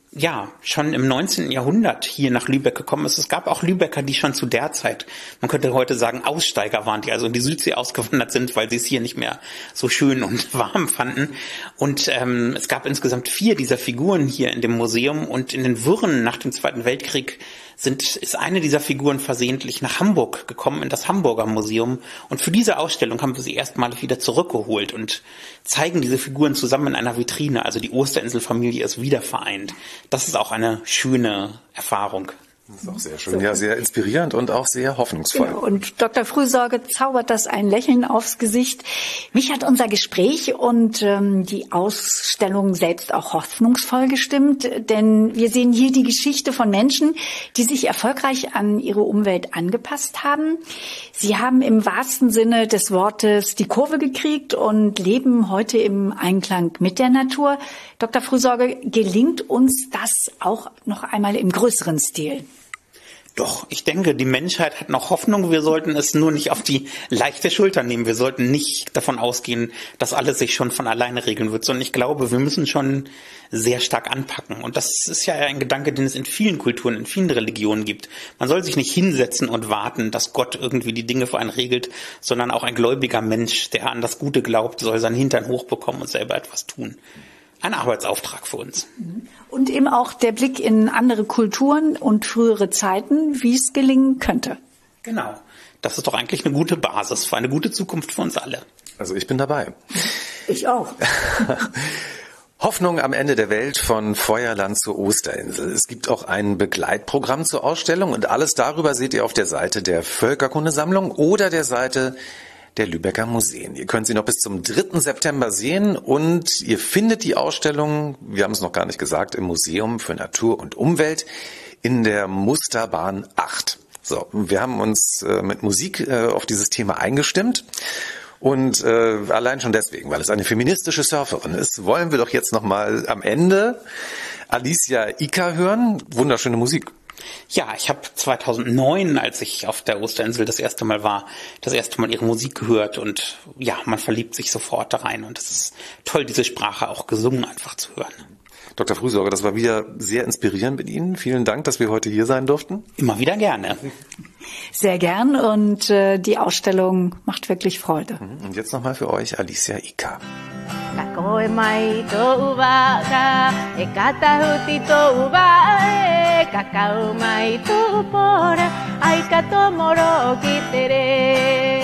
ja schon im neunzehnten Jahrhundert hier nach Lübeck gekommen ist. Es gab auch Lübecker, die schon zu der Zeit, man könnte heute sagen, Aussteiger waren, die also in die Südsee ausgewandert sind, weil sie es hier nicht mehr so schön und warm fanden. Und ähm, es gab insgesamt vier dieser Figuren hier in dem Museum, und in den Wirren nach dem Zweiten Weltkrieg sind, ist eine dieser Figuren versehentlich nach Hamburg gekommen, in das Hamburger Museum. Und für diese Ausstellung haben wir sie erstmalig wieder zurückgeholt und zeigen diese Figuren zusammen in einer Vitrine. Also die Osterinsel-Familie ist wieder vereint. Das ist auch eine schöne Erfahrung. Das ist auch sehr schön, ja, sehr inspirierend und auch sehr hoffnungsvoll. Genau. Und Doktor Frühsorge zaubert das ein Lächeln aufs Gesicht. Mich hat unser Gespräch und ähm, die Ausstellung selbst auch hoffnungsvoll gestimmt, denn wir sehen hier die Geschichte von Menschen, die sich erfolgreich an ihre Umwelt angepasst haben. Sie haben im wahrsten Sinne des Wortes die Kurve gekriegt und leben heute im Einklang mit der Natur. Doktor Frühsorge, gelingt uns das auch noch einmal im größeren Stil? Doch, ich denke, die Menschheit hat noch Hoffnung. Wir sollten es nur nicht auf die leichte Schulter nehmen. Wir sollten nicht davon ausgehen, dass alles sich schon von alleine regeln wird, sondern ich glaube, wir müssen schon sehr stark anpacken. Und das ist ja ein Gedanke, den es in vielen Kulturen, in vielen Religionen gibt. Man soll sich nicht hinsetzen und warten, dass Gott irgendwie die Dinge für einen regelt, sondern auch ein gläubiger Mensch, der an das Gute glaubt, soll seinen Hintern hochbekommen und selber etwas tun. Ein Arbeitsauftrag für uns. Und eben auch der Blick in andere Kulturen und frühere Zeiten, wie es gelingen könnte. Genau. Das ist doch eigentlich eine gute Basis für eine gute Zukunft für uns alle. Also ich bin dabei. Ich auch. Hoffnung am Ende der Welt, von Feuerland zur Osterinsel. Es gibt auch ein Begleitprogramm zur Ausstellung, und alles darüber seht ihr auf der Seite der Völkerkundesammlung oder der Seite der Lübecker Museen. Ihr könnt sie noch bis zum dritten September sehen, und ihr findet die Ausstellung, wir haben es noch gar nicht gesagt, im Museum für Natur und Umwelt in der Musterbahn acht. So, wir haben uns äh, mit Musik äh, auf dieses Thema eingestimmt, und äh, allein schon deswegen, weil es eine feministische Surferin ist, wollen wir doch jetzt noch mal am Ende Alicia Ika hören. Wunderschöne Musik. Ja, ich habe zweitausendneun, als ich auf der Osterinsel das erste Mal war, das erste Mal ihre Musik gehört, und ja, man verliebt sich sofort da rein, und es ist toll, diese Sprache auch gesungen einfach zu hören. Doktor Frühsorge, das war wieder sehr inspirierend mit Ihnen. Vielen Dank, dass wir heute hier sein durften. Immer wieder gerne. Sehr gern, und äh, die Ausstellung macht wirklich Freude. Und jetzt nochmal für euch Alicia Ika. Kakoe mai to uba ka e kata huti to uba e kakao mai to pora ai kato moro kitere.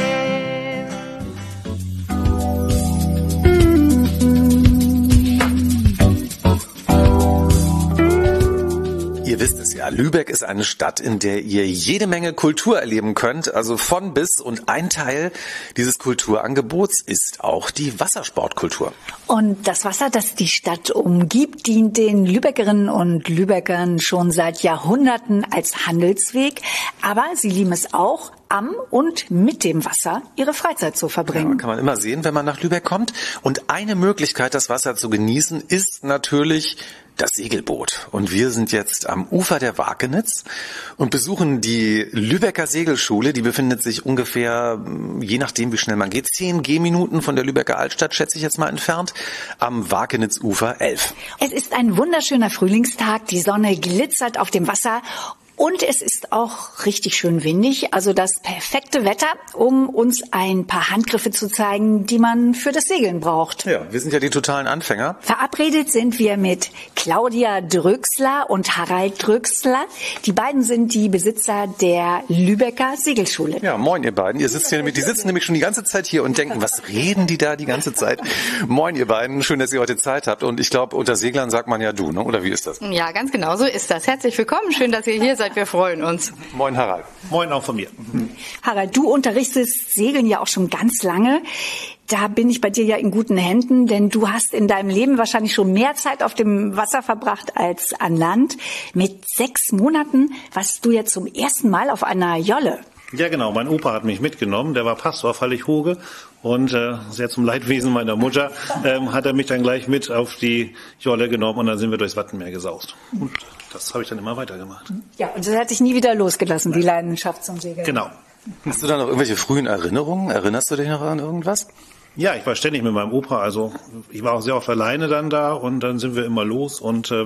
Ihr wisst es ja, Lübeck ist eine Stadt, in der ihr jede Menge Kultur erleben könnt, also von bis, und ein Teil dieses Kulturangebots ist auch die Wassersportkultur. Und das Wasser, das die Stadt umgibt, dient den Lübeckerinnen und Lübeckern schon seit Jahrhunderten als Handelsweg, aber sie lieben es auch, am und mit dem Wasser ihre Freizeit zu verbringen. Ja, kann man immer sehen, wenn man nach Lübeck kommt. Und eine Möglichkeit, das Wasser zu genießen, ist natürlich das Segelboot. Und wir sind jetzt am Ufer der Wakenitz und besuchen die Lübecker Segelschule. Die befindet sich ungefähr, je nachdem wie schnell man geht, zehn Gehminuten von der Lübecker Altstadt, schätze ich jetzt mal, entfernt, am Wakenitzufer elf. Es ist ein wunderschöner Frühlingstag, die Sonne glitzert auf dem Wasser. Und es ist auch richtig schön windig, also das perfekte Wetter, um uns ein paar Handgriffe zu zeigen, die man für das Segeln braucht. Ja, wir sind ja die totalen Anfänger. Verabredet sind wir mit Claudia Dröxler und Harald Dröxler. Die beiden sind die Besitzer der Lübecker Segelschule. Ja, moin ihr beiden. Ihr sitzt hier nämlich, die sitzen nämlich schon die ganze Zeit hier und denken, was reden die da die ganze Zeit? Moin ihr beiden, schön, dass ihr heute Zeit habt. Und ich glaube, unter Seglern sagt man ja du, ne? Oder wie ist das? Ja, ganz genau so ist das. Herzlich willkommen, schön, dass ihr hier seid. Wir freuen uns. Moin Harald. Moin auch von mir. Harald, du unterrichtest Segeln ja auch schon ganz lange. Da bin ich bei dir ja in guten Händen, denn du hast in deinem Leben wahrscheinlich schon mehr Zeit auf dem Wasser verbracht als an Land. Mit sechs Monaten warst du jetzt zum ersten Mal auf einer Jolle. Ja genau, mein Opa hat mich mitgenommen, der war Pastor, Fallig-Hoge, und äh, sehr zum Leidwesen meiner Mutter ähm, hat er mich dann gleich mit auf die Jolle genommen, und dann sind wir durchs Wattenmeer gesaust. Und das habe ich dann immer weitergemacht. Ja, und das hat dich nie wieder losgelassen, die Leidenschaft zum Segeln. Genau. Hast du da noch irgendwelche frühen Erinnerungen? Erinnerst du dich noch an irgendwas? Ja, ich war ständig mit meinem Opa, also ich war auch sehr oft alleine dann da, und dann sind wir immer los und ähm,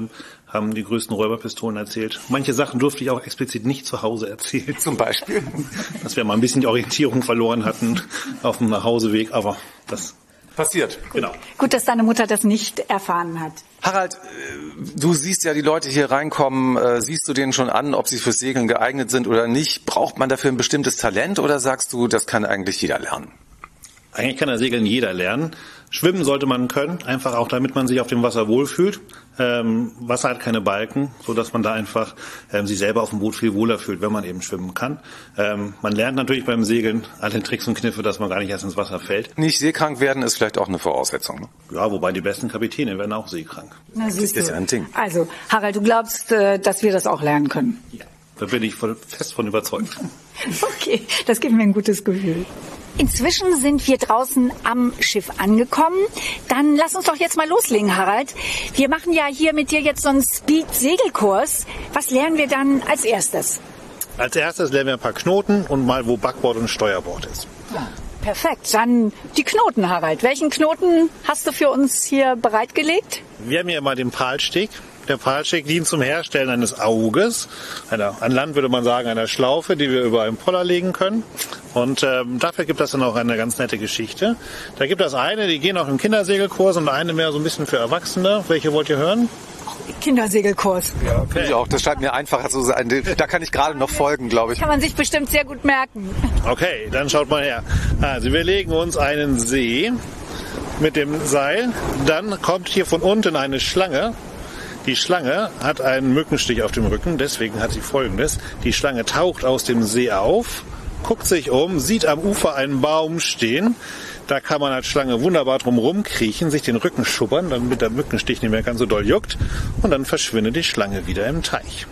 haben die größten Räuberpistolen erzählt. Manche Sachen durfte ich auch explizit nicht zu Hause erzählen. Zum Beispiel? Dass wir mal ein bisschen die Orientierung verloren hatten auf dem Nachhauseweg, aber das passiert. Genau. Gut, dass deine Mutter das nicht erfahren hat. Harald, du siehst ja die Leute hier reinkommen, siehst du denen schon an, ob sie fürs Segeln geeignet sind oder nicht? Braucht man dafür ein bestimmtes Talent oder sagst du, das kann eigentlich jeder lernen? Eigentlich kann das Segeln jeder lernen. Schwimmen sollte man können, einfach auch damit man sich auf dem Wasser wohlfühlt. Ähm, Wasser hat keine Balken, so dass man da einfach ähm, sich selber auf dem Boot viel wohler fühlt, wenn man eben schwimmen kann. Ähm, man lernt natürlich beim Segeln alle Tricks und Kniffe, dass man gar nicht erst ins Wasser fällt. Nicht seekrank werden ist vielleicht auch eine Voraussetzung. Ne? Ja, wobei die besten Kapitäne werden auch seekrank. Na, siehst Das ist du. ja ein Ding. Also, Harald, du glaubst, dass wir das auch lernen können? Ja, da bin ich voll fest von überzeugt. Okay, das gibt mir ein gutes Gefühl. Inzwischen sind wir draußen am Schiff angekommen. Dann lass uns doch jetzt mal loslegen, Harald. Wir machen ja hier mit dir jetzt so einen Speed-Segelkurs. Was lernen wir dann als erstes? Als erstes lernen wir ein paar Knoten und mal, wo Backbord und Steuerbord ist. Ja, perfekt. Dann die Knoten, Harald. Welchen Knoten hast du für uns hier bereitgelegt? Wir haben hier mal den Palsteg. Der Palsteg dient zum Herstellen eines Auges, einer, an Land würde man sagen, einer Schlaufe, die wir über einen Poller legen können. Und ähm, dafür gibt es dann auch eine ganz nette Geschichte. Da gibt es eine, die gehen auch im Kindersegelkurs und eine mehr so ein bisschen für Erwachsene. Welche wollt ihr hören? Kindersegelkurs. Ja, finde ich auch. Das scheint mir einfacher zu sein. Da kann ich gerade noch folgen, glaube ich. Kann man sich bestimmt sehr gut merken. Okay, dann schaut mal her. Also wir legen uns einen See mit dem Seil. Dann kommt hier von unten eine Schlange. Die Schlange hat einen Mückenstich auf dem Rücken, deswegen hat sie Folgendes. Die Schlange taucht aus dem See auf, guckt sich um, sieht am Ufer einen Baum stehen. Da kann man als Schlange wunderbar drum rumkriechen, sich den Rücken schubbern, damit der Mückenstich nicht mehr ganz so doll juckt. Und dann verschwindet die Schlange wieder im Teich.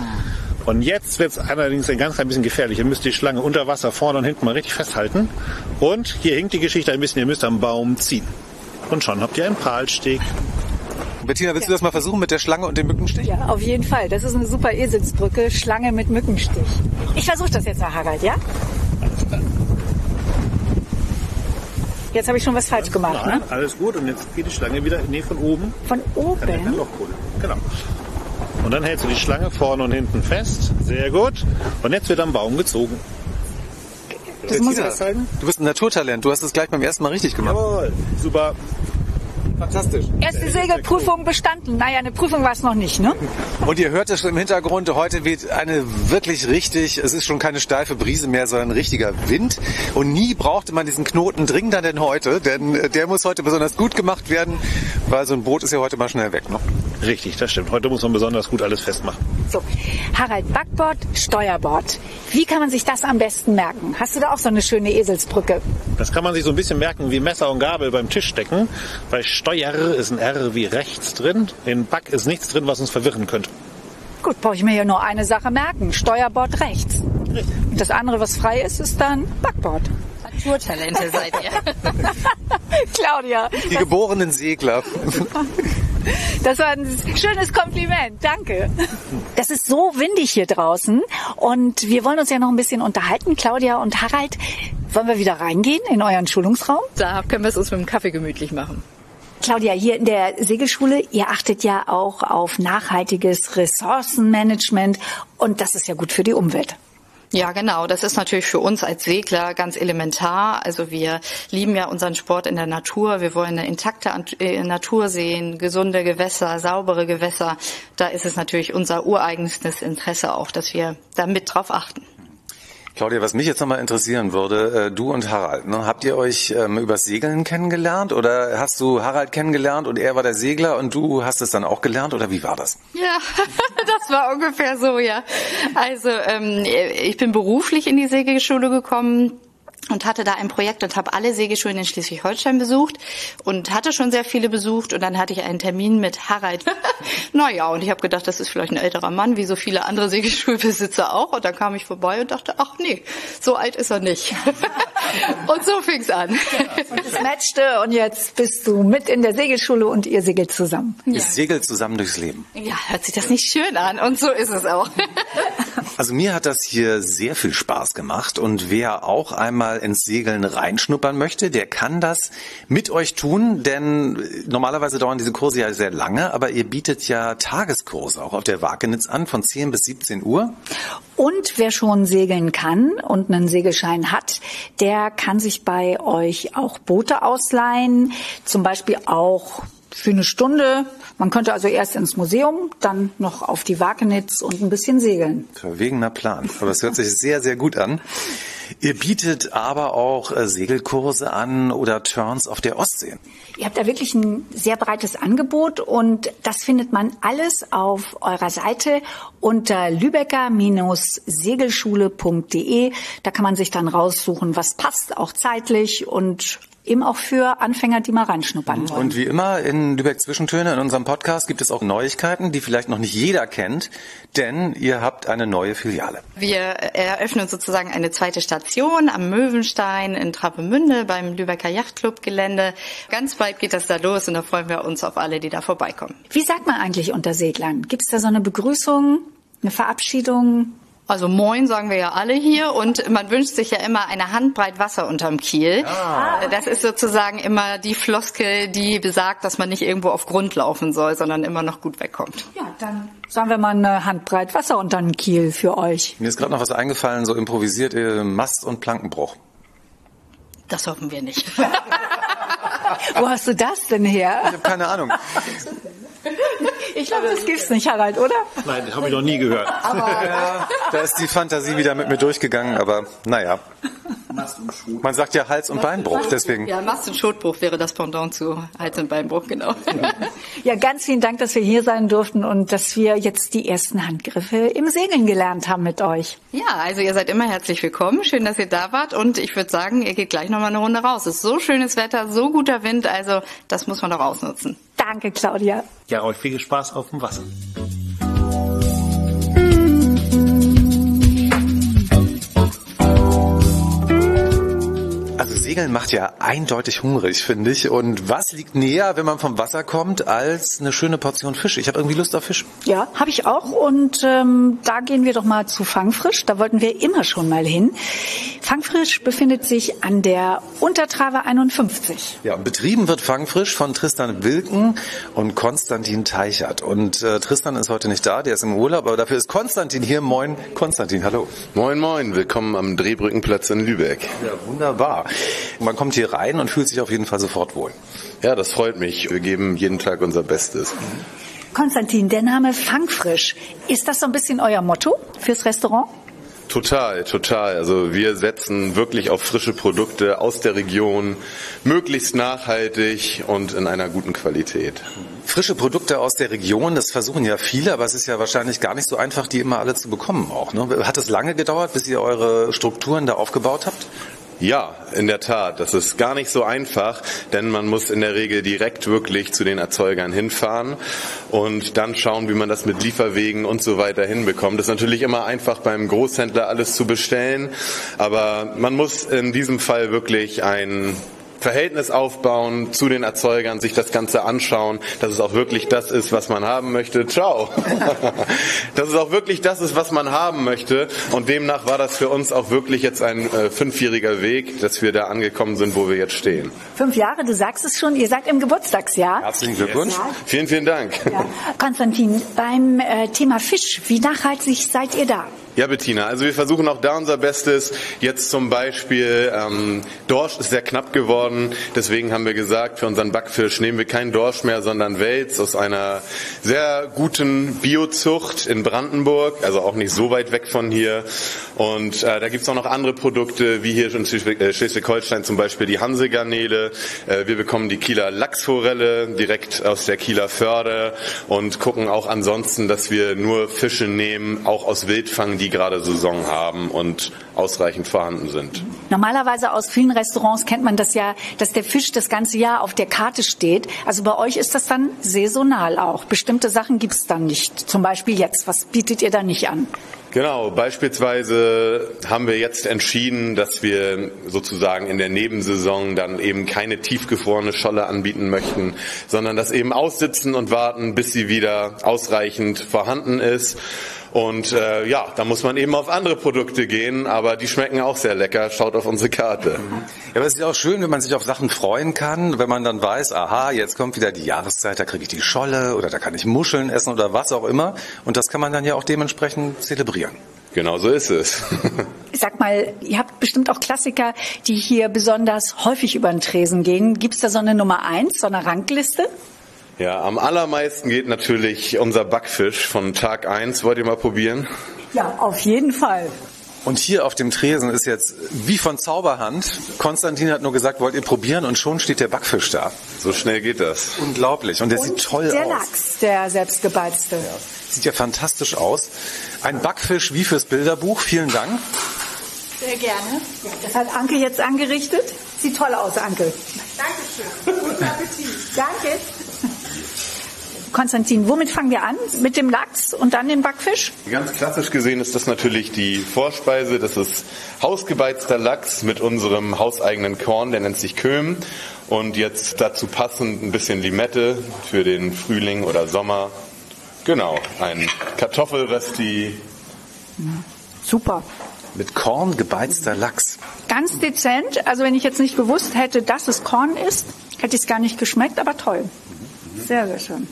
Und jetzt wird es allerdings ein ganz klein bisschen gefährlich. Ihr müsst die Schlange unter Wasser vorne und hinten mal richtig festhalten. Und hier hinkt die Geschichte ein bisschen, ihr müsst am Baum ziehen. Und schon habt ihr einen Palsteg. Bettina, willst Ja. du das mal versuchen mit der Schlange und dem Mückenstich? Ja, auf jeden Fall. Das ist eine super Eselsbrücke. Schlange mit Mückenstich. Ich versuche das jetzt mal, Harald, ja? Jetzt habe ich schon was falsch gemacht, Nein, ne? alles gut. Und jetzt geht die Schlange wieder, nee, von oben. Von An der oben? Lochkohle. Genau. Und dann hältst du die Schlange vorne und hinten fest. Sehr gut. Und jetzt wird am Baum gezogen. Das muss ich Bettina, zeigen? du bist ein Naturtalent. Du hast es gleich beim ersten Mal richtig gemacht. Jawohl. Super. Fantastisch. Erste Segelprüfung bestanden. Naja, eine Prüfung war es noch nicht, ne? Und ihr hört es schon im Hintergrund, heute weht eine wirklich richtig, es ist schon keine steife Brise mehr, sondern ein richtiger Wind. Und nie brauchte man diesen Knoten dringender denn heute, denn der muss heute besonders gut gemacht werden, weil so ein Boot ist ja heute mal schnell weg, ne? Richtig, das stimmt. Heute muss man besonders gut alles festmachen. So, Harald, Backbord, Steuerbord. Wie kann man sich das am besten merken? Hast du da auch so eine schöne Eselsbrücke? Das kann man sich so ein bisschen merken wie Messer und Gabel beim Tischdecken. Bei Steuer ist ein R wie rechts drin. In Back ist nichts drin, was uns verwirren könnte. Gut, brauche ich mir ja nur eine Sache merken. Steuerbord rechts. Und das andere, was frei ist, ist dann Backbord. Naturtalente seid ihr. Claudia, Die geborenen Segler. das war ein schönes Kompliment. Danke. Das ist so windig hier draußen und wir wollen uns ja noch ein bisschen unterhalten, Claudia und Harald. Wollen wir wieder reingehen in euren Schulungsraum? Da können wir es uns mit dem Kaffee gemütlich machen. Claudia, hier in der Segelschule, ihr achtet ja auch auf nachhaltiges Ressourcenmanagement und das ist ja gut für die Umwelt. Ja, genau. Das ist natürlich für uns als Segler ganz elementar. Also wir lieben ja unseren Sport in der Natur. Wir wollen eine intakte Natur sehen, gesunde Gewässer, saubere Gewässer. Da ist es natürlich unser ureigenstes Interesse auch, dass wir da mit drauf achten. Claudia, was mich jetzt nochmal interessieren würde, du und Harald, ne, habt ihr euch ähm, übers Segeln kennengelernt oder hast du Harald kennengelernt und er war der Segler und du hast es dann auch gelernt oder wie war das? Ja, das war ungefähr so, ja. Also ähm, ich bin beruflich in die Segelschule gekommen und hatte da ein Projekt und habe alle Segelschulen in Schleswig-Holstein besucht und hatte schon sehr viele besucht und dann hatte ich einen Termin mit Harald. Naja, und ich habe gedacht, das ist vielleicht ein älterer Mann, wie so viele andere Segelschulbesitzer auch. Und dann kam ich vorbei und dachte, ach nee, so alt ist er nicht. Und so fing's an. Und es matchte und jetzt bist du mit in der Segelschule und ihr segelt zusammen. Ihr segelt zusammen durchs Leben. Ja, hört sich das nicht schön an und so ist es auch. Also mir hat das hier sehr viel Spaß gemacht und wer auch einmal mal ins Segeln reinschnuppern möchte, der kann das mit euch tun, denn normalerweise dauern diese Kurse ja sehr lange, aber ihr bietet ja Tageskurse auch auf der Wakenitz an von zehn bis siebzehn Uhr. Und wer schon segeln kann und einen Segelschein hat, der kann sich bei euch auch Boote ausleihen, zum Beispiel auch für eine Stunde. Man könnte also erst ins Museum, dann noch auf die Wakenitz und ein bisschen segeln. Verwegener Plan, aber es hört sich sehr, sehr gut an. Ihr bietet aber auch äh, Segelkurse an oder Turns auf der Ostsee. Ihr habt da wirklich ein sehr breites Angebot und das findet man alles auf eurer Seite unter lübecker Segelschule punkt de. Da kann man sich dann raussuchen, was passt, auch zeitlich und eben auch für Anfänger, die mal reinschnuppern wollen. Und wie immer in Lübeck Zwischentöne in unserem Podcast gibt es auch Neuigkeiten, die vielleicht noch nicht jeder kennt, denn ihr habt eine neue Filiale. Wir eröffnen sozusagen eine zweite Station am Möwenstein in Travemünde beim Lübecker Yachtclub Gelände. Ganz bald geht das da los und da freuen wir uns auf alle, die da vorbeikommen. Wie sagt man eigentlich unter Seglern? Gibt es da so eine Begrüßung, eine Verabschiedung? Also Moin sagen wir ja alle hier und man wünscht sich ja immer eine Handbreit Wasser unterm Kiel. Ah. Das ist sozusagen immer die Floskel, die besagt, dass man nicht irgendwo auf Grund laufen soll, sondern immer noch gut wegkommt. Ja, dann sagen wir mal eine Handbreit Wasser unterm Kiel für euch. Mir ist gerade noch was eingefallen, so improvisiert, Mast- und Plankenbruch. Das hoffen wir nicht. Wo hast du das denn her? Ich habe keine Ahnung. Ich glaube, das gibt's nicht, Harald, oder? Nein, das habe ich noch nie gehört. Aber ja, da ist die Fantasie wieder mit mir durchgegangen, aber naja. Man sagt ja Hals- und Beinbruch, deswegen. Ja, Mast- und Schotbruch wäre das Pendant zu Hals- und Beinbruch, genau. Ja, ganz vielen Dank, dass wir hier sein durften und dass wir jetzt die ersten Handgriffe im Segeln gelernt haben mit euch. Ja, also ihr seid immer herzlich willkommen. Schön, dass ihr da wart und ich würde sagen, ihr geht gleich noch mal eine Runde raus. Es ist so schönes Wetter, so guter Wind, also das muss man doch ausnutzen. Danke, Claudia. Ja, euch viel Spaß auf dem Wasser. Also Segeln macht ja eindeutig hungrig, finde ich. Und was liegt näher, wenn man vom Wasser kommt, als eine schöne Portion Fisch? Ich habe irgendwie Lust auf Fisch. Ja, habe ich auch. Und ähm, da gehen wir doch mal zu Fangfrisch. Da wollten wir immer schon mal hin. Fangfrisch befindet sich an der Untertrave einundfünfzig. Ja, betrieben wird Fangfrisch von Tristan Wilken und Konstantin Teichert. Und äh, Tristan ist heute nicht da, der ist im Urlaub, aber dafür ist Konstantin hier. Moin, Konstantin, hallo. Moin, moin, willkommen am Drehbrückenplatz in Lübeck. Ja, wunderbar. Man kommt hier rein und fühlt sich auf jeden Fall sofort wohl. Ja, das freut mich. Wir geben jeden Tag unser Bestes. Konstantin, der Name Fangfrisch, ist das so ein bisschen euer Motto fürs Restaurant? Total, total. Also wir setzen wirklich auf frische Produkte aus der Region, möglichst nachhaltig und in einer guten Qualität. Frische Produkte aus der Region, das versuchen ja viele, aber es ist ja wahrscheinlich gar nicht so einfach, die immer alle zu bekommen auch, ne? Hat es lange gedauert, bis ihr eure Strukturen da aufgebaut habt? Ja, in der Tat. Das ist gar nicht so einfach, denn man muss in der Regel direkt wirklich zu den Erzeugern hinfahren und dann schauen, wie man das mit Lieferwegen und so weiter hinbekommt. Das ist natürlich immer einfach beim Großhändler alles zu bestellen, aber man muss in diesem Fall wirklich ein Verhältnis aufbauen zu den Erzeugern, sich das Ganze anschauen, dass es auch wirklich das ist, was man haben möchte. Ciao! Dass es auch wirklich das ist, was man haben möchte. Und demnach war das für uns auch wirklich jetzt ein äh, fünfjähriger Weg, dass wir da angekommen sind, wo wir jetzt stehen. Fünf Jahre, du sagst es schon, ihr seid im Geburtstagsjahr. Herzlichen Glückwunsch. Ja. Vielen, vielen Dank. Ja. Konstantin, beim äh, Thema Fisch, wie nachhaltig seid ihr da? Ja, Bettina, also wir versuchen auch da unser Bestes. Jetzt zum Beispiel, ähm, Dorsch ist sehr knapp geworden, deswegen haben wir gesagt, für unseren Backfisch nehmen wir keinen Dorsch mehr, sondern Wels aus einer sehr guten Biozucht in Brandenburg, also auch nicht so weit weg von hier. Und äh, da gibt's auch noch andere Produkte, wie hier in Schleswig-Holstein zum Beispiel die Hansegarnele. Äh, wir bekommen die Kieler Lachsforelle direkt aus der Kieler Förde und gucken auch ansonsten, dass wir nur Fische nehmen, auch aus Wildfang, die gerade Saison haben und ausreichend vorhanden sind. Normalerweise aus vielen Restaurants kennt man das ja, dass der Fisch das ganze Jahr auf der Karte steht. Also bei euch ist das dann saisonal auch. Bestimmte Sachen gibt es dann nicht. Zum Beispiel jetzt. Was bietet ihr da nicht an? Genau, beispielsweise haben wir jetzt entschieden, dass wir sozusagen in der Nebensaison dann eben keine tiefgefrorene Scholle anbieten möchten, sondern das eben aussitzen und warten, bis sie wieder ausreichend vorhanden ist. Und äh, ja, da muss man eben auf andere Produkte gehen, aber die schmecken auch sehr lecker. Schaut auf unsere Karte. Ja, aber es ist ja auch schön, wenn man sich auf Sachen freuen kann, wenn man dann weiß, aha, jetzt kommt wieder die Jahreszeit, da kriege ich die Scholle oder da kann ich Muscheln essen oder was auch immer. Und das kann man dann ja auch dementsprechend zelebrieren. Genau so ist es. Sag mal, ihr habt bestimmt auch Klassiker, die hier besonders häufig über den Tresen gehen. Gibt es da so eine Nummer eins, so eine Rangliste? Ja, am allermeisten geht natürlich unser Backfisch von Tag eins. Wollt ihr mal probieren? Ja, auf jeden Fall. Und hier auf dem Tresen ist jetzt wie von Zauberhand. Konstantin hat nur gesagt, wollt ihr probieren? Und schon steht der Backfisch da. So schnell geht das. Unglaublich. Und der Und sieht toll der aus. Der Lachs, der selbstgebeizte. Ja. Sieht ja fantastisch aus. Ein Backfisch wie fürs Bilderbuch. Vielen Dank. Sehr gerne. Ja, das hat Anke jetzt angerichtet. Sieht toll aus, Anke. Dankeschön. Guten Appetit. Danke. Konstantin, womit fangen wir an? Mit dem Lachs und dann dem Backfisch? Ganz klassisch gesehen ist das natürlich die Vorspeise. Das ist hausgebeizter Lachs mit unserem hauseigenen Korn, der nennt sich Köhm. Und jetzt dazu passend ein bisschen Limette für den Frühling oder Sommer. Genau, ein Kartoffelrösti. Super. Mit Korn gebeizter Lachs. Ganz dezent. Also wenn ich jetzt nicht gewusst hätte, dass es Korn ist, hätte ich es gar nicht geschmeckt, aber toll. Sehr, sehr schön.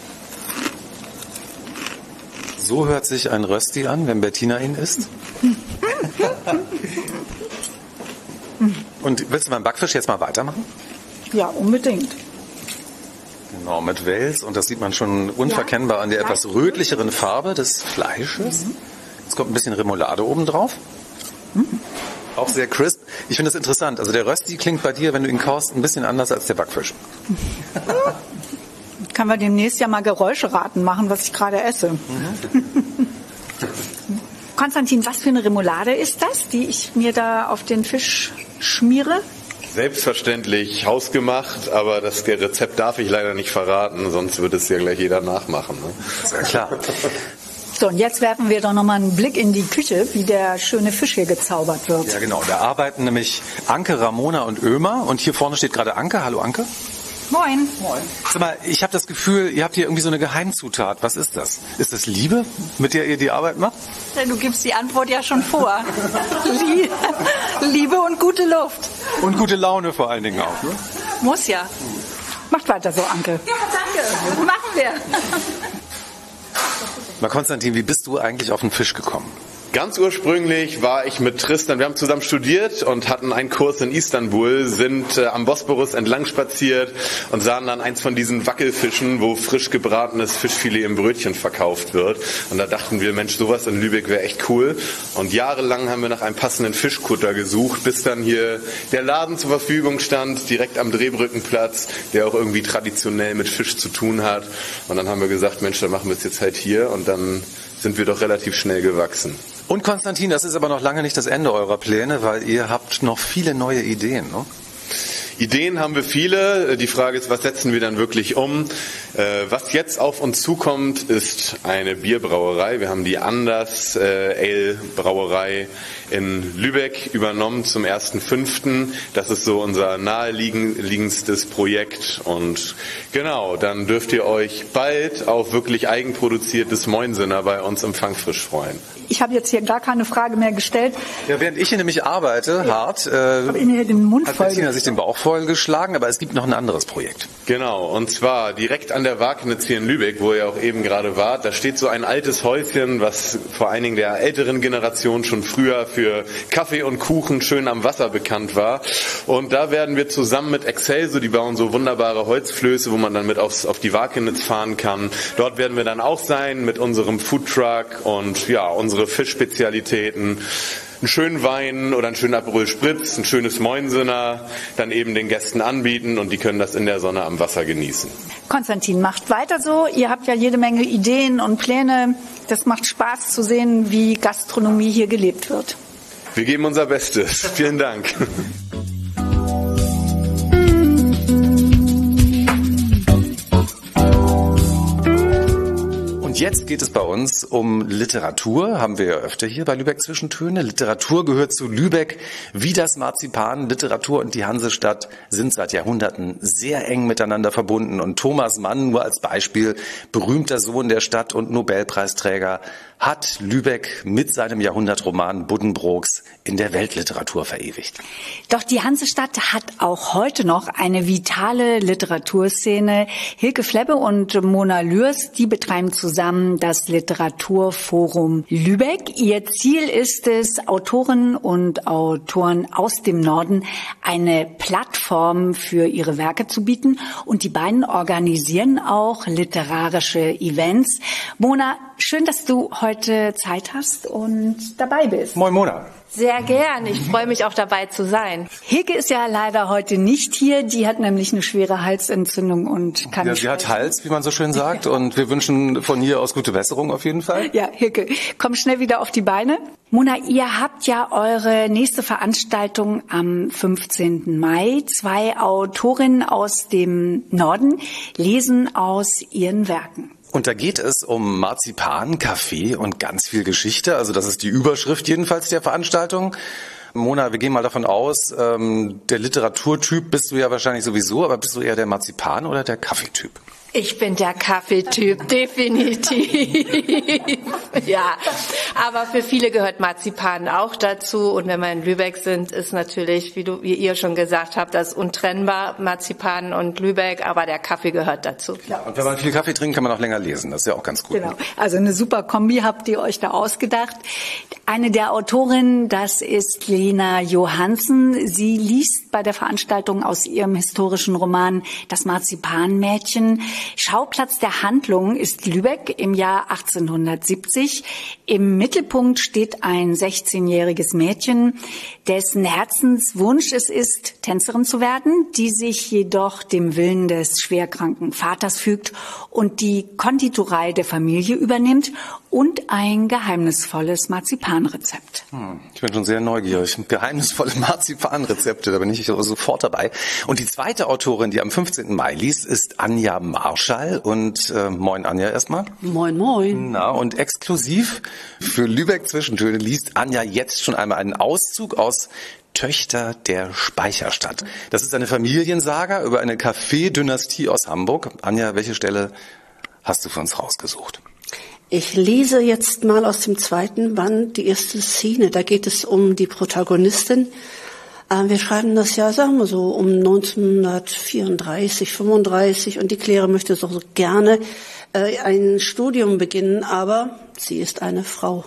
So hört sich ein Rösti an, wenn Bettina ihn isst. Und willst du beim Backfisch jetzt mal weitermachen? Ja, unbedingt. Genau, mit Wels. Und das sieht man schon unverkennbar an der etwas rötlicheren Farbe des Fleisches. Jetzt kommt ein bisschen Remoulade oben drauf. Auch sehr crisp. Ich finde das interessant. Also der Rösti klingt bei dir, wenn du ihn kaust, ein bisschen anders als der Backfisch. Kann wir demnächst ja mal Geräuscheraten machen, was ich gerade esse. Mhm. Konstantin, was für eine Remoulade ist das, die ich mir da auf den Fisch schmiere? Selbstverständlich hausgemacht, aber das Rezept darf ich leider nicht verraten, sonst wird es ja gleich jeder nachmachen. Ne? Sehr klar. So, und jetzt werfen wir doch nochmal einen Blick in die Küche, wie der schöne Fisch hier gezaubert wird. Ja, genau. Da arbeiten nämlich Anke, Ramona und Ömer. Und hier vorne steht gerade Anke. Hallo, Anke. Moin. Moin. Sag mal, ich habe das Gefühl, ihr habt hier irgendwie so eine Geheimzutat. Was ist das? Ist das Liebe, mit der ihr die Arbeit macht? Du gibst die Antwort ja schon vor. Liebe und gute Luft. Und gute Laune vor allen Dingen auch, ne? Muss ja. Macht weiter so, Anke. Ja, danke. Machen wir. Mal Konstantin, wie bist du eigentlich auf den Fisch gekommen? Ganz ursprünglich war ich mit Tristan, wir haben zusammen studiert und hatten einen Kurs in Istanbul, sind äh, am Bosporus entlang spaziert und sahen dann eins von diesen Wackelfischen, wo frisch gebratenes Fischfilet im Brötchen verkauft wird. Und da dachten wir, Mensch, sowas in Lübeck wäre echt cool. Und jahrelang haben wir nach einem passenden Fischkutter gesucht, bis dann hier der Laden zur Verfügung stand, direkt am Drehbrückenplatz, der auch irgendwie traditionell mit Fisch zu tun hat. Und dann haben wir gesagt, Mensch, dann machen wir es jetzt halt hier und dann sind wir doch relativ schnell gewachsen. Und Konstantin, das ist aber noch lange nicht das Ende eurer Pläne, weil ihr habt noch viele neue Ideen, ne? Ideen haben wir viele. Die Frage ist, was setzen wir dann wirklich um? Was jetzt auf uns zukommt, ist eine Bierbrauerei. Wir haben die Anders Ale Brauerei in Lübeck übernommen zum ersten fünften Das ist so unser naheliegendstes Projekt. Und genau, dann dürft ihr euch bald auf wirklich eigenproduziertes Moinsener bei uns im Fangfrisch freuen. Ich habe jetzt hier gar keine Frage mehr gestellt. Ja, während ich hier nämlich arbeite, ja. hart, äh, hab Ihnen hier den Mund hat Bettina sich den Bauch vollgeschlagen, aber es gibt noch ein anderes Projekt. Genau, und zwar direkt an der Wagnitz hier in Lübeck, wo ihr auch eben gerade wart, da steht so ein altes Häuschen, was vor allen Dingen der älteren Generation schon früher für Kaffee und Kuchen schön am Wasser bekannt war. Und da werden wir zusammen mit Excelso, die bauen so wunderbare Holzflöße, wo man dann mit aufs, auf die Wagnitz fahren kann. Dort werden wir dann auch sein mit unserem Foodtruck und ja, unsere Fischspezialitäten, einen schönen Wein oder einen schönen Aperol Spritz, ein schönes Moinsener, dann eben den Gästen anbieten und die können das in der Sonne am Wasser genießen. Konstantin, macht weiter so. Ihr habt ja jede Menge Ideen und Pläne. Das macht Spaß zu sehen, wie Gastronomie hier gelebt wird. Wir geben unser Bestes. Vielen Dank. Und jetzt geht es bei uns um Literatur, haben wir ja öfter hier bei Lübeck Zwischentöne. Literatur gehört zu Lübeck wie das Marzipan. Literatur und die Hansestadt sind seit Jahrhunderten sehr eng miteinander verbunden. Und Thomas Mann, nur als Beispiel, berühmter Sohn der Stadt und Nobelpreisträger, hat Lübeck mit seinem Jahrhundertroman Buddenbrooks in der Weltliteratur verewigt. Doch die Hansestadt hat auch heute noch eine vitale Literaturszene. Hilke Flebbe und Mona Lührs, die betreiben zusammen das Literaturforum Lübeck. Ihr Ziel ist es, Autorinnen und Autoren aus dem Norden eine Plattform für ihre Werke zu bieten. Und die beiden organisieren auch literarische Events. Mona, schön, dass du heute Zeit hast und dabei bist. Moin Mona. Sehr gern. Ich freue mich auch dabei zu sein. Hilke ist ja leider heute nicht hier. Die hat nämlich eine schwere Halsentzündung und kann ja, nicht sie hat Hals, wie man so schön sagt. Und wir wünschen von hier aus gute Besserung auf jeden Fall. Ja, Hilke, komm schnell wieder auf die Beine. Mona, ihr habt ja eure nächste Veranstaltung am fünfzehnten Mai. Zwei Autorinnen aus dem Norden lesen aus ihren Werken. Und da geht es um Marzipan, Kaffee und ganz viel Geschichte. Also das ist die Überschrift jedenfalls der Veranstaltung. Mona, wir gehen mal davon aus, ähm, der Literaturtyp bist du ja wahrscheinlich sowieso, aber bist du eher der Marzipan- oder der Kaffeetyp? Ich bin der Kaffeetyp, definitiv. Ja, aber für viele gehört Marzipan auch dazu. Und wenn wir in Lübeck sind, ist natürlich, wie du, wie ihr schon gesagt habt, das untrennbar, Marzipan und Lübeck. Aber der Kaffee gehört dazu. Ja, und wenn man viel Kaffee trinkt, kann man auch länger lesen. Das ist ja auch ganz gut. Genau. Also eine super Kombi habt ihr euch da ausgedacht. Eine der Autorinnen, das ist Lena Johansen. Sie liest bei der Veranstaltung aus ihrem historischen Roman Das Marzipanmädchen. Schauplatz der Handlung ist Lübeck im Jahr achtzehnhundertsiebzig. Im Mittelpunkt steht ein sechzehnjähriges Mädchen, dessen Herzenswunsch es ist, Tänzerin zu werden, die sich jedoch dem Willen des schwerkranken Vaters fügt und die Konditorei der Familie übernimmt und ein geheimnisvolles Marzipanrezept. Hm, ich bin schon sehr neugierig. Geheimnisvolle Marzipanrezepte, da bin ich sofort dabei. Und die zweite Autorin, die am fünfzehnten Mai liest, ist Anja Marschall. Und äh, moin Anja erstmal. Moin, moin. Na, und exklusiv für Lübeck Zwischentöne liest Anja jetzt schon einmal einen Auszug aus Töchter der Speicherstadt. Das ist eine Familiensaga über eine Kaffee-Dynastie aus Hamburg. Anja, welche Stelle hast du für uns rausgesucht? Ich lese jetzt mal aus dem zweiten Band die erste Szene. Da geht es um die Protagonistin. Wir schreiben das Jahr, sagen wir so, um neunzehnhundertvierunddreißig, fünfunddreißig. Und die Claire möchte so gerne ein Studium beginnen, aber sie ist eine Frau.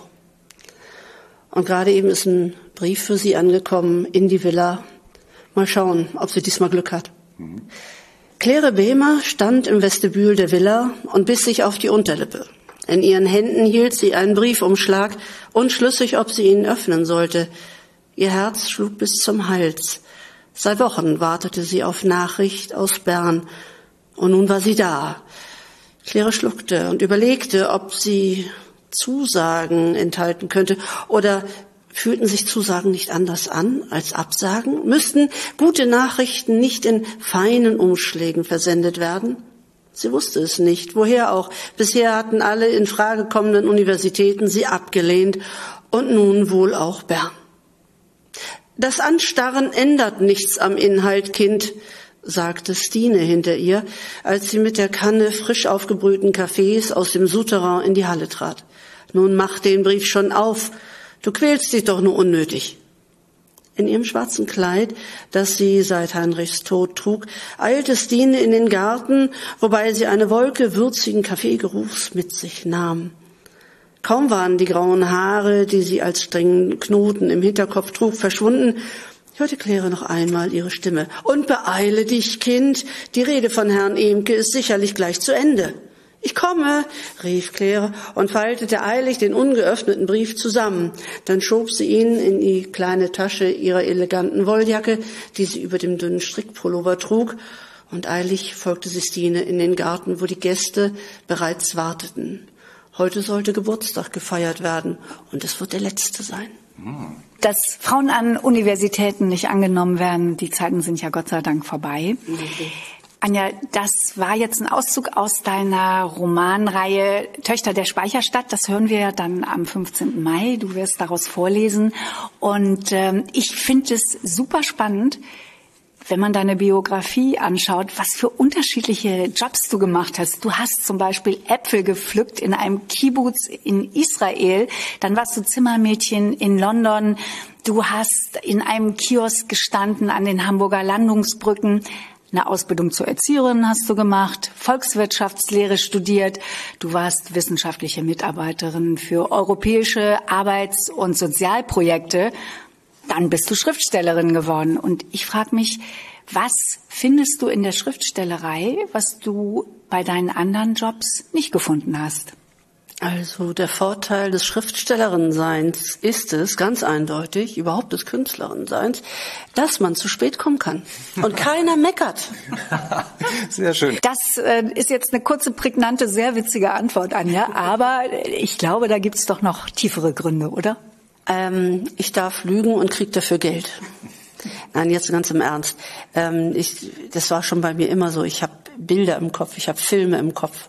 Und gerade eben ist ein Brief für sie angekommen in die Villa. Mal schauen, ob sie diesmal Glück hat. Mhm. Claire Behmer stand im Vestibül der Villa und biss sich auf die Unterlippe. In ihren Händen hielt sie einen Briefumschlag, unschlüssig, ob sie ihn öffnen sollte. Ihr Herz schlug bis zum Hals. Seit Wochen wartete sie auf Nachricht aus Bern. Und nun war sie da. Claire schluckte und überlegte, ob sie Zusagen enthalten könnte. Oder fühlten sich Zusagen nicht anders an als Absagen? Müssten gute Nachrichten nicht in feinen Umschlägen versendet werden? Sie wusste es nicht. Woher auch? Bisher hatten alle in Frage kommenden Universitäten sie abgelehnt. Und nun wohl auch Bern. Das Anstarren ändert nichts am Inhalt, Kind, sagte Stine hinter ihr, als sie mit der Kanne frisch aufgebrühten Kaffees aus dem Souterrain in die Halle trat. Nun mach den Brief schon auf. Du quälst dich doch nur unnötig. In ihrem schwarzen Kleid, das sie seit Heinrichs Tod trug, eilte Stine in den Garten, wobei sie eine Wolke würzigen Kaffeegeruchs mit sich nahm. Kaum waren die grauen Haare, die sie als strengen Knoten im Hinterkopf trug, verschwunden, hörte Claire noch einmal ihre Stimme. Und beeile dich, Kind, die Rede von Herrn Ehmke ist sicherlich gleich zu Ende. Ich komme, rief Claire und faltete eilig den ungeöffneten Brief zusammen. Dann schob sie ihn in die kleine Tasche ihrer eleganten Wolljacke, die sie über dem dünnen Strickpullover trug, und eilig folgte sie Stine in den Garten, wo die Gäste bereits warteten. Heute sollte Geburtstag gefeiert werden und es wird der letzte sein. Dass Frauen an Universitäten nicht angenommen werden, die Zeiten sind ja Gott sei Dank vorbei. Mhm. Anja, das war jetzt ein Auszug aus deiner Romanreihe Töchter der Speicherstadt. Das hören wir dann am fünfzehnten Mai. Du wirst daraus vorlesen. Und ähm, ich finde es super spannend, wenn man deine Biografie anschaut, was für unterschiedliche Jobs du gemacht hast. Du hast zum Beispiel Äpfel gepflückt in einem Kibbutz in Israel. Dann warst du Zimmermädchen in London. Du hast in einem Kiosk gestanden an den Hamburger Landungsbrücken. Eine Ausbildung zur Erzieherin hast du gemacht, Volkswirtschaftslehre studiert. Du warst wissenschaftliche Mitarbeiterin für europäische Arbeits- und Sozialprojekte. Dann bist du Schriftstellerin geworden. Und ich frage mich, was findest du in der Schriftstellerei, was du bei deinen anderen Jobs nicht gefunden hast? Also der Vorteil des Schriftstellerinnenseins ist es, ganz eindeutig, überhaupt des Künstlerinnenseins, dass man zu spät kommen kann. Und keiner meckert. Sehr schön. Das äh, ist jetzt eine kurze, prägnante, sehr witzige Antwort, Anja. Aber ich glaube, da gibt's doch noch tiefere Gründe, oder? Ähm, ich darf lügen und krieg dafür Geld. Nein, jetzt ganz im Ernst. Ähm, ich, das war schon bei mir immer so. Ich habe Bilder im Kopf, ich habe Filme im Kopf.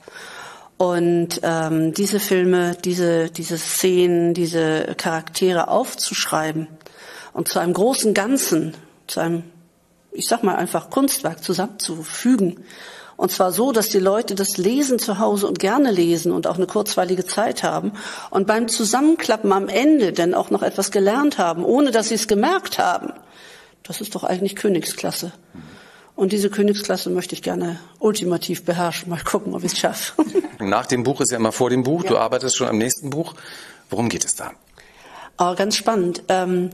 Und ähm, diese Filme, diese, diese Szenen, diese Charaktere aufzuschreiben und zu einem großen Ganzen, zu einem, ich sag mal einfach Kunstwerk zusammenzufügen. Und zwar so, dass die Leute das lesen zu Hause und gerne lesen und auch eine kurzweilige Zeit haben und beim Zusammenklappen am Ende dann auch noch etwas gelernt haben, ohne dass sie es gemerkt haben. Das ist doch eigentlich Königsklasse. Und diese Königsklasse möchte ich gerne ultimativ beherrschen. Mal gucken, ob ich es schaffe. Nach dem Buch ist ja immer vor dem Buch. Ja. Du arbeitest schon am nächsten Buch. Worum geht es da? Oh, ganz spannend. Ähm,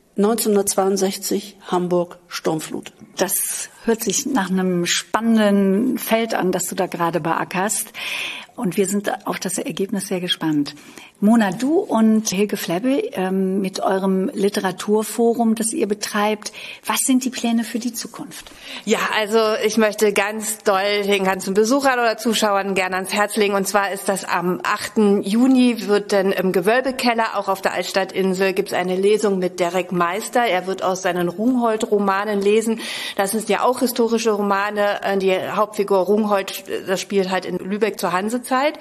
neunzehnhundertzweiundsechzig, Hamburg, Sturmflut. Das hört sich nach einem spannenden Feld an, das du da gerade beackerst. Und wir sind auf das Ergebnis sehr gespannt. Mona, du und Hilke Flebbe ähm, mit eurem Literaturforum, das ihr betreibt, was sind die Pläne für die Zukunft? Ja, also ich möchte ganz doll den ganzen Besuchern oder Zuschauern gerne ans Herz legen. Und zwar ist das am achten Juni, wird dann im Gewölbekeller, auch auf der Altstadtinsel, gibt es eine Lesung mit Derek Meister. Er wird aus seinen Rungholt-Romanen lesen. Das sind ja auch historische Romane. Die Hauptfigur Rungholt, das spielt halt in Lübeck zur Hansezeit.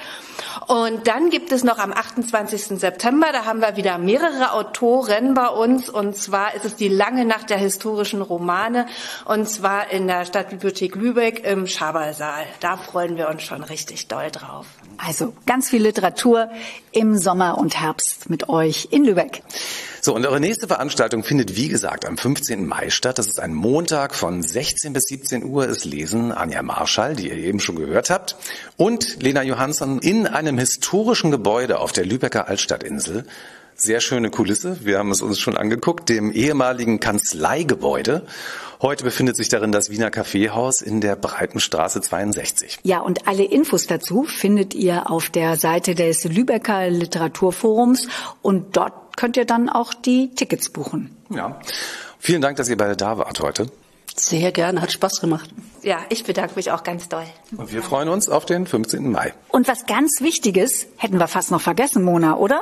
Und dann gibt es noch am achtundzwanzigsten September, da haben wir wieder mehrere Autoren bei uns. Und zwar ist es die lange Nacht der historischen Romane. Und zwar in der Stadtbibliothek Lübeck im Schabersaal. Da freuen wir uns schon richtig doll drauf. Also ganz viel Literatur im Sommer und Herbst mit euch in Lübeck. So, und eure nächste Veranstaltung findet, wie gesagt, am fünfzehnten Mai statt. Das ist ein Montag von sechzehn bis siebzehn Uhr. Es lesen Anja Marschall, die ihr eben schon gehört habt, und Lena Johansson in einem historischen Gebäude auf der Lübecker Altstadtinsel. Sehr schöne Kulisse. Wir haben es uns schon angeguckt, dem ehemaligen Kanzleigebäude. Heute befindet sich darin das Wiener Kaffeehaus in der Breitenstraße zweiundsechzig. Ja, und alle Infos dazu findet ihr auf der Seite des Lübecker Literaturforums und dort könnt ihr dann auch die Tickets buchen. Ja. Vielen Dank, dass ihr beide da wart heute. Sehr gerne, hat Spaß gemacht. Ja, ich bedanke mich auch ganz doll. Und wir freuen uns auf den fünfzehnten Mai. Und was ganz Wichtiges hätten wir fast noch vergessen, Mona, oder?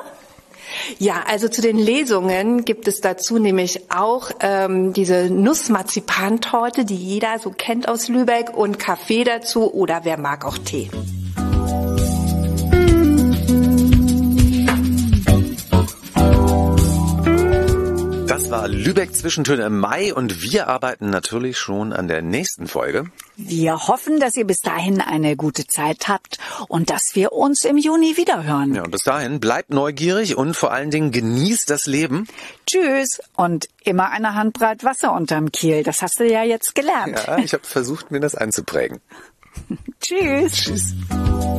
Ja, also zu den Lesungen gibt es dazu nämlich auch ähm, diese Nussmarzipantorte, die jeder so kennt aus Lübeck, und Kaffee dazu oder wer mag auch Tee. Das war Lübeck Zwischentöne im Mai und wir arbeiten natürlich schon an der nächsten Folge. Wir hoffen, dass ihr bis dahin eine gute Zeit habt und dass wir uns im Juni wiederhören. Ja, und bis dahin bleibt neugierig und vor allen Dingen genießt das Leben. Tschüss und immer eine Handbreit Wasser unterm Kiel. Das hast du ja jetzt gelernt. Ja, ich habe versucht, mir das einzuprägen. Tschüss. Tschüss.